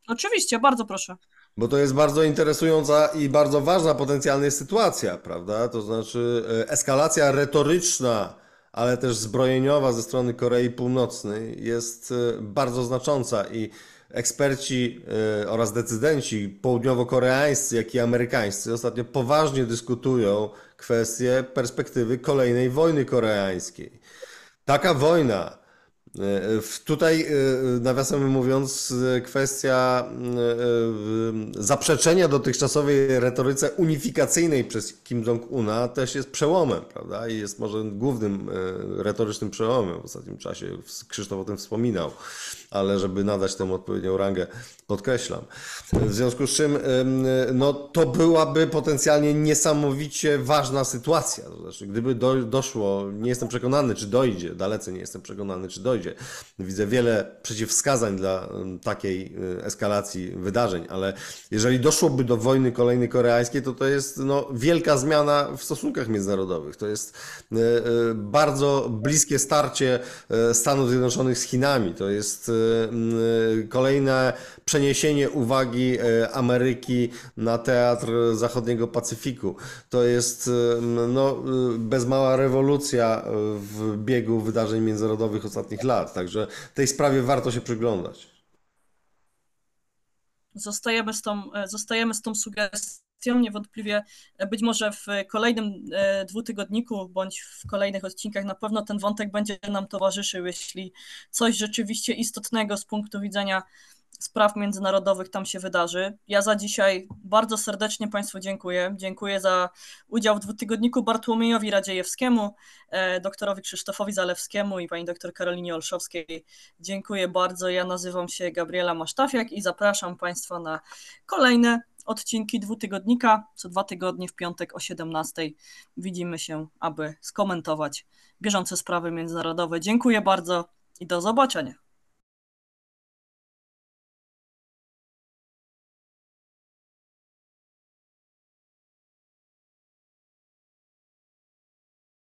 Oczywiście, bardzo proszę. Bo to jest bardzo interesująca i bardzo ważna potencjalnie sytuacja, prawda? To znaczy e, eskalacja retoryczna, ale też zbrojeniowa ze strony Korei Północnej jest e, bardzo znacząca i eksperci e, oraz decydenci południowo-koreańscy, jak i amerykańscy ostatnio poważnie dyskutują kwestię perspektywy kolejnej wojny koreańskiej. Taka wojna, e, w- tutaj e, nawiasem mówiąc, e, kwestia e, e, zaprzeczenia dotychczasowej retoryce unifikacyjnej przez Kim Jong-una też jest przełomem, prawda? I jest może głównym e, retorycznym przełomem w ostatnim czasie. Krzysztof o tym wspominał, ale żeby nadać temu odpowiednią rangę, podkreślam. W związku z czym, em, no, to byłaby potencjalnie niesamowicie ważna sytuacja. To znaczy, gdyby do, doszło, nie jestem przekonany, czy dojdzie, dalece nie jestem przekonany, czy dojdzie. Widzę wiele przeciwwskazań dla em, takiej e, eskalacji wydarzeń, ale jeżeli doszłoby do wojny kolejnej koreańskiej, to to jest no, wielka zmiana w stosunkach międzynarodowych. To jest e, e, bardzo bliskie starcie e, Stanów Zjednoczonych z Chinami. To jest e, m, e, kolejne przeniesienie uwagi e, Ameryki na teatr zachodniego Pacyfiku. To jest e, m, no, e, bez mała rewolucja e, w biegu wydarzeń międzynarodowych ostatnich lat. Także tej sprawie warto się przyglądać. Zostajemy z tą, e, zostajemy z tą sugestią. Niewątpliwie e, być może w kolejnym e, dwutygodniku bądź w kolejnych odcinkach na pewno ten wątek będzie nam towarzyszył, jeśli coś rzeczywiście istotnego z punktu widzenia spraw międzynarodowych tam się wydarzy. Ja za dzisiaj bardzo serdecznie Państwu dziękuję. Dziękuję za udział w dwutygodniku Bartłomiejowi Radziejewskiemu, e, doktorowi Krzysztofowi Zalewskiemu i pani doktor Karolinie Olszowskiej. Dziękuję bardzo. Ja nazywam się Gabriela Masztafiak i zapraszam Państwa na kolejne odcinki dwutygodnika. Co dwa tygodnie w piątek o siedemnastej widzimy się, aby skomentować bieżące sprawy międzynarodowe. Dziękuję bardzo i do zobaczenia.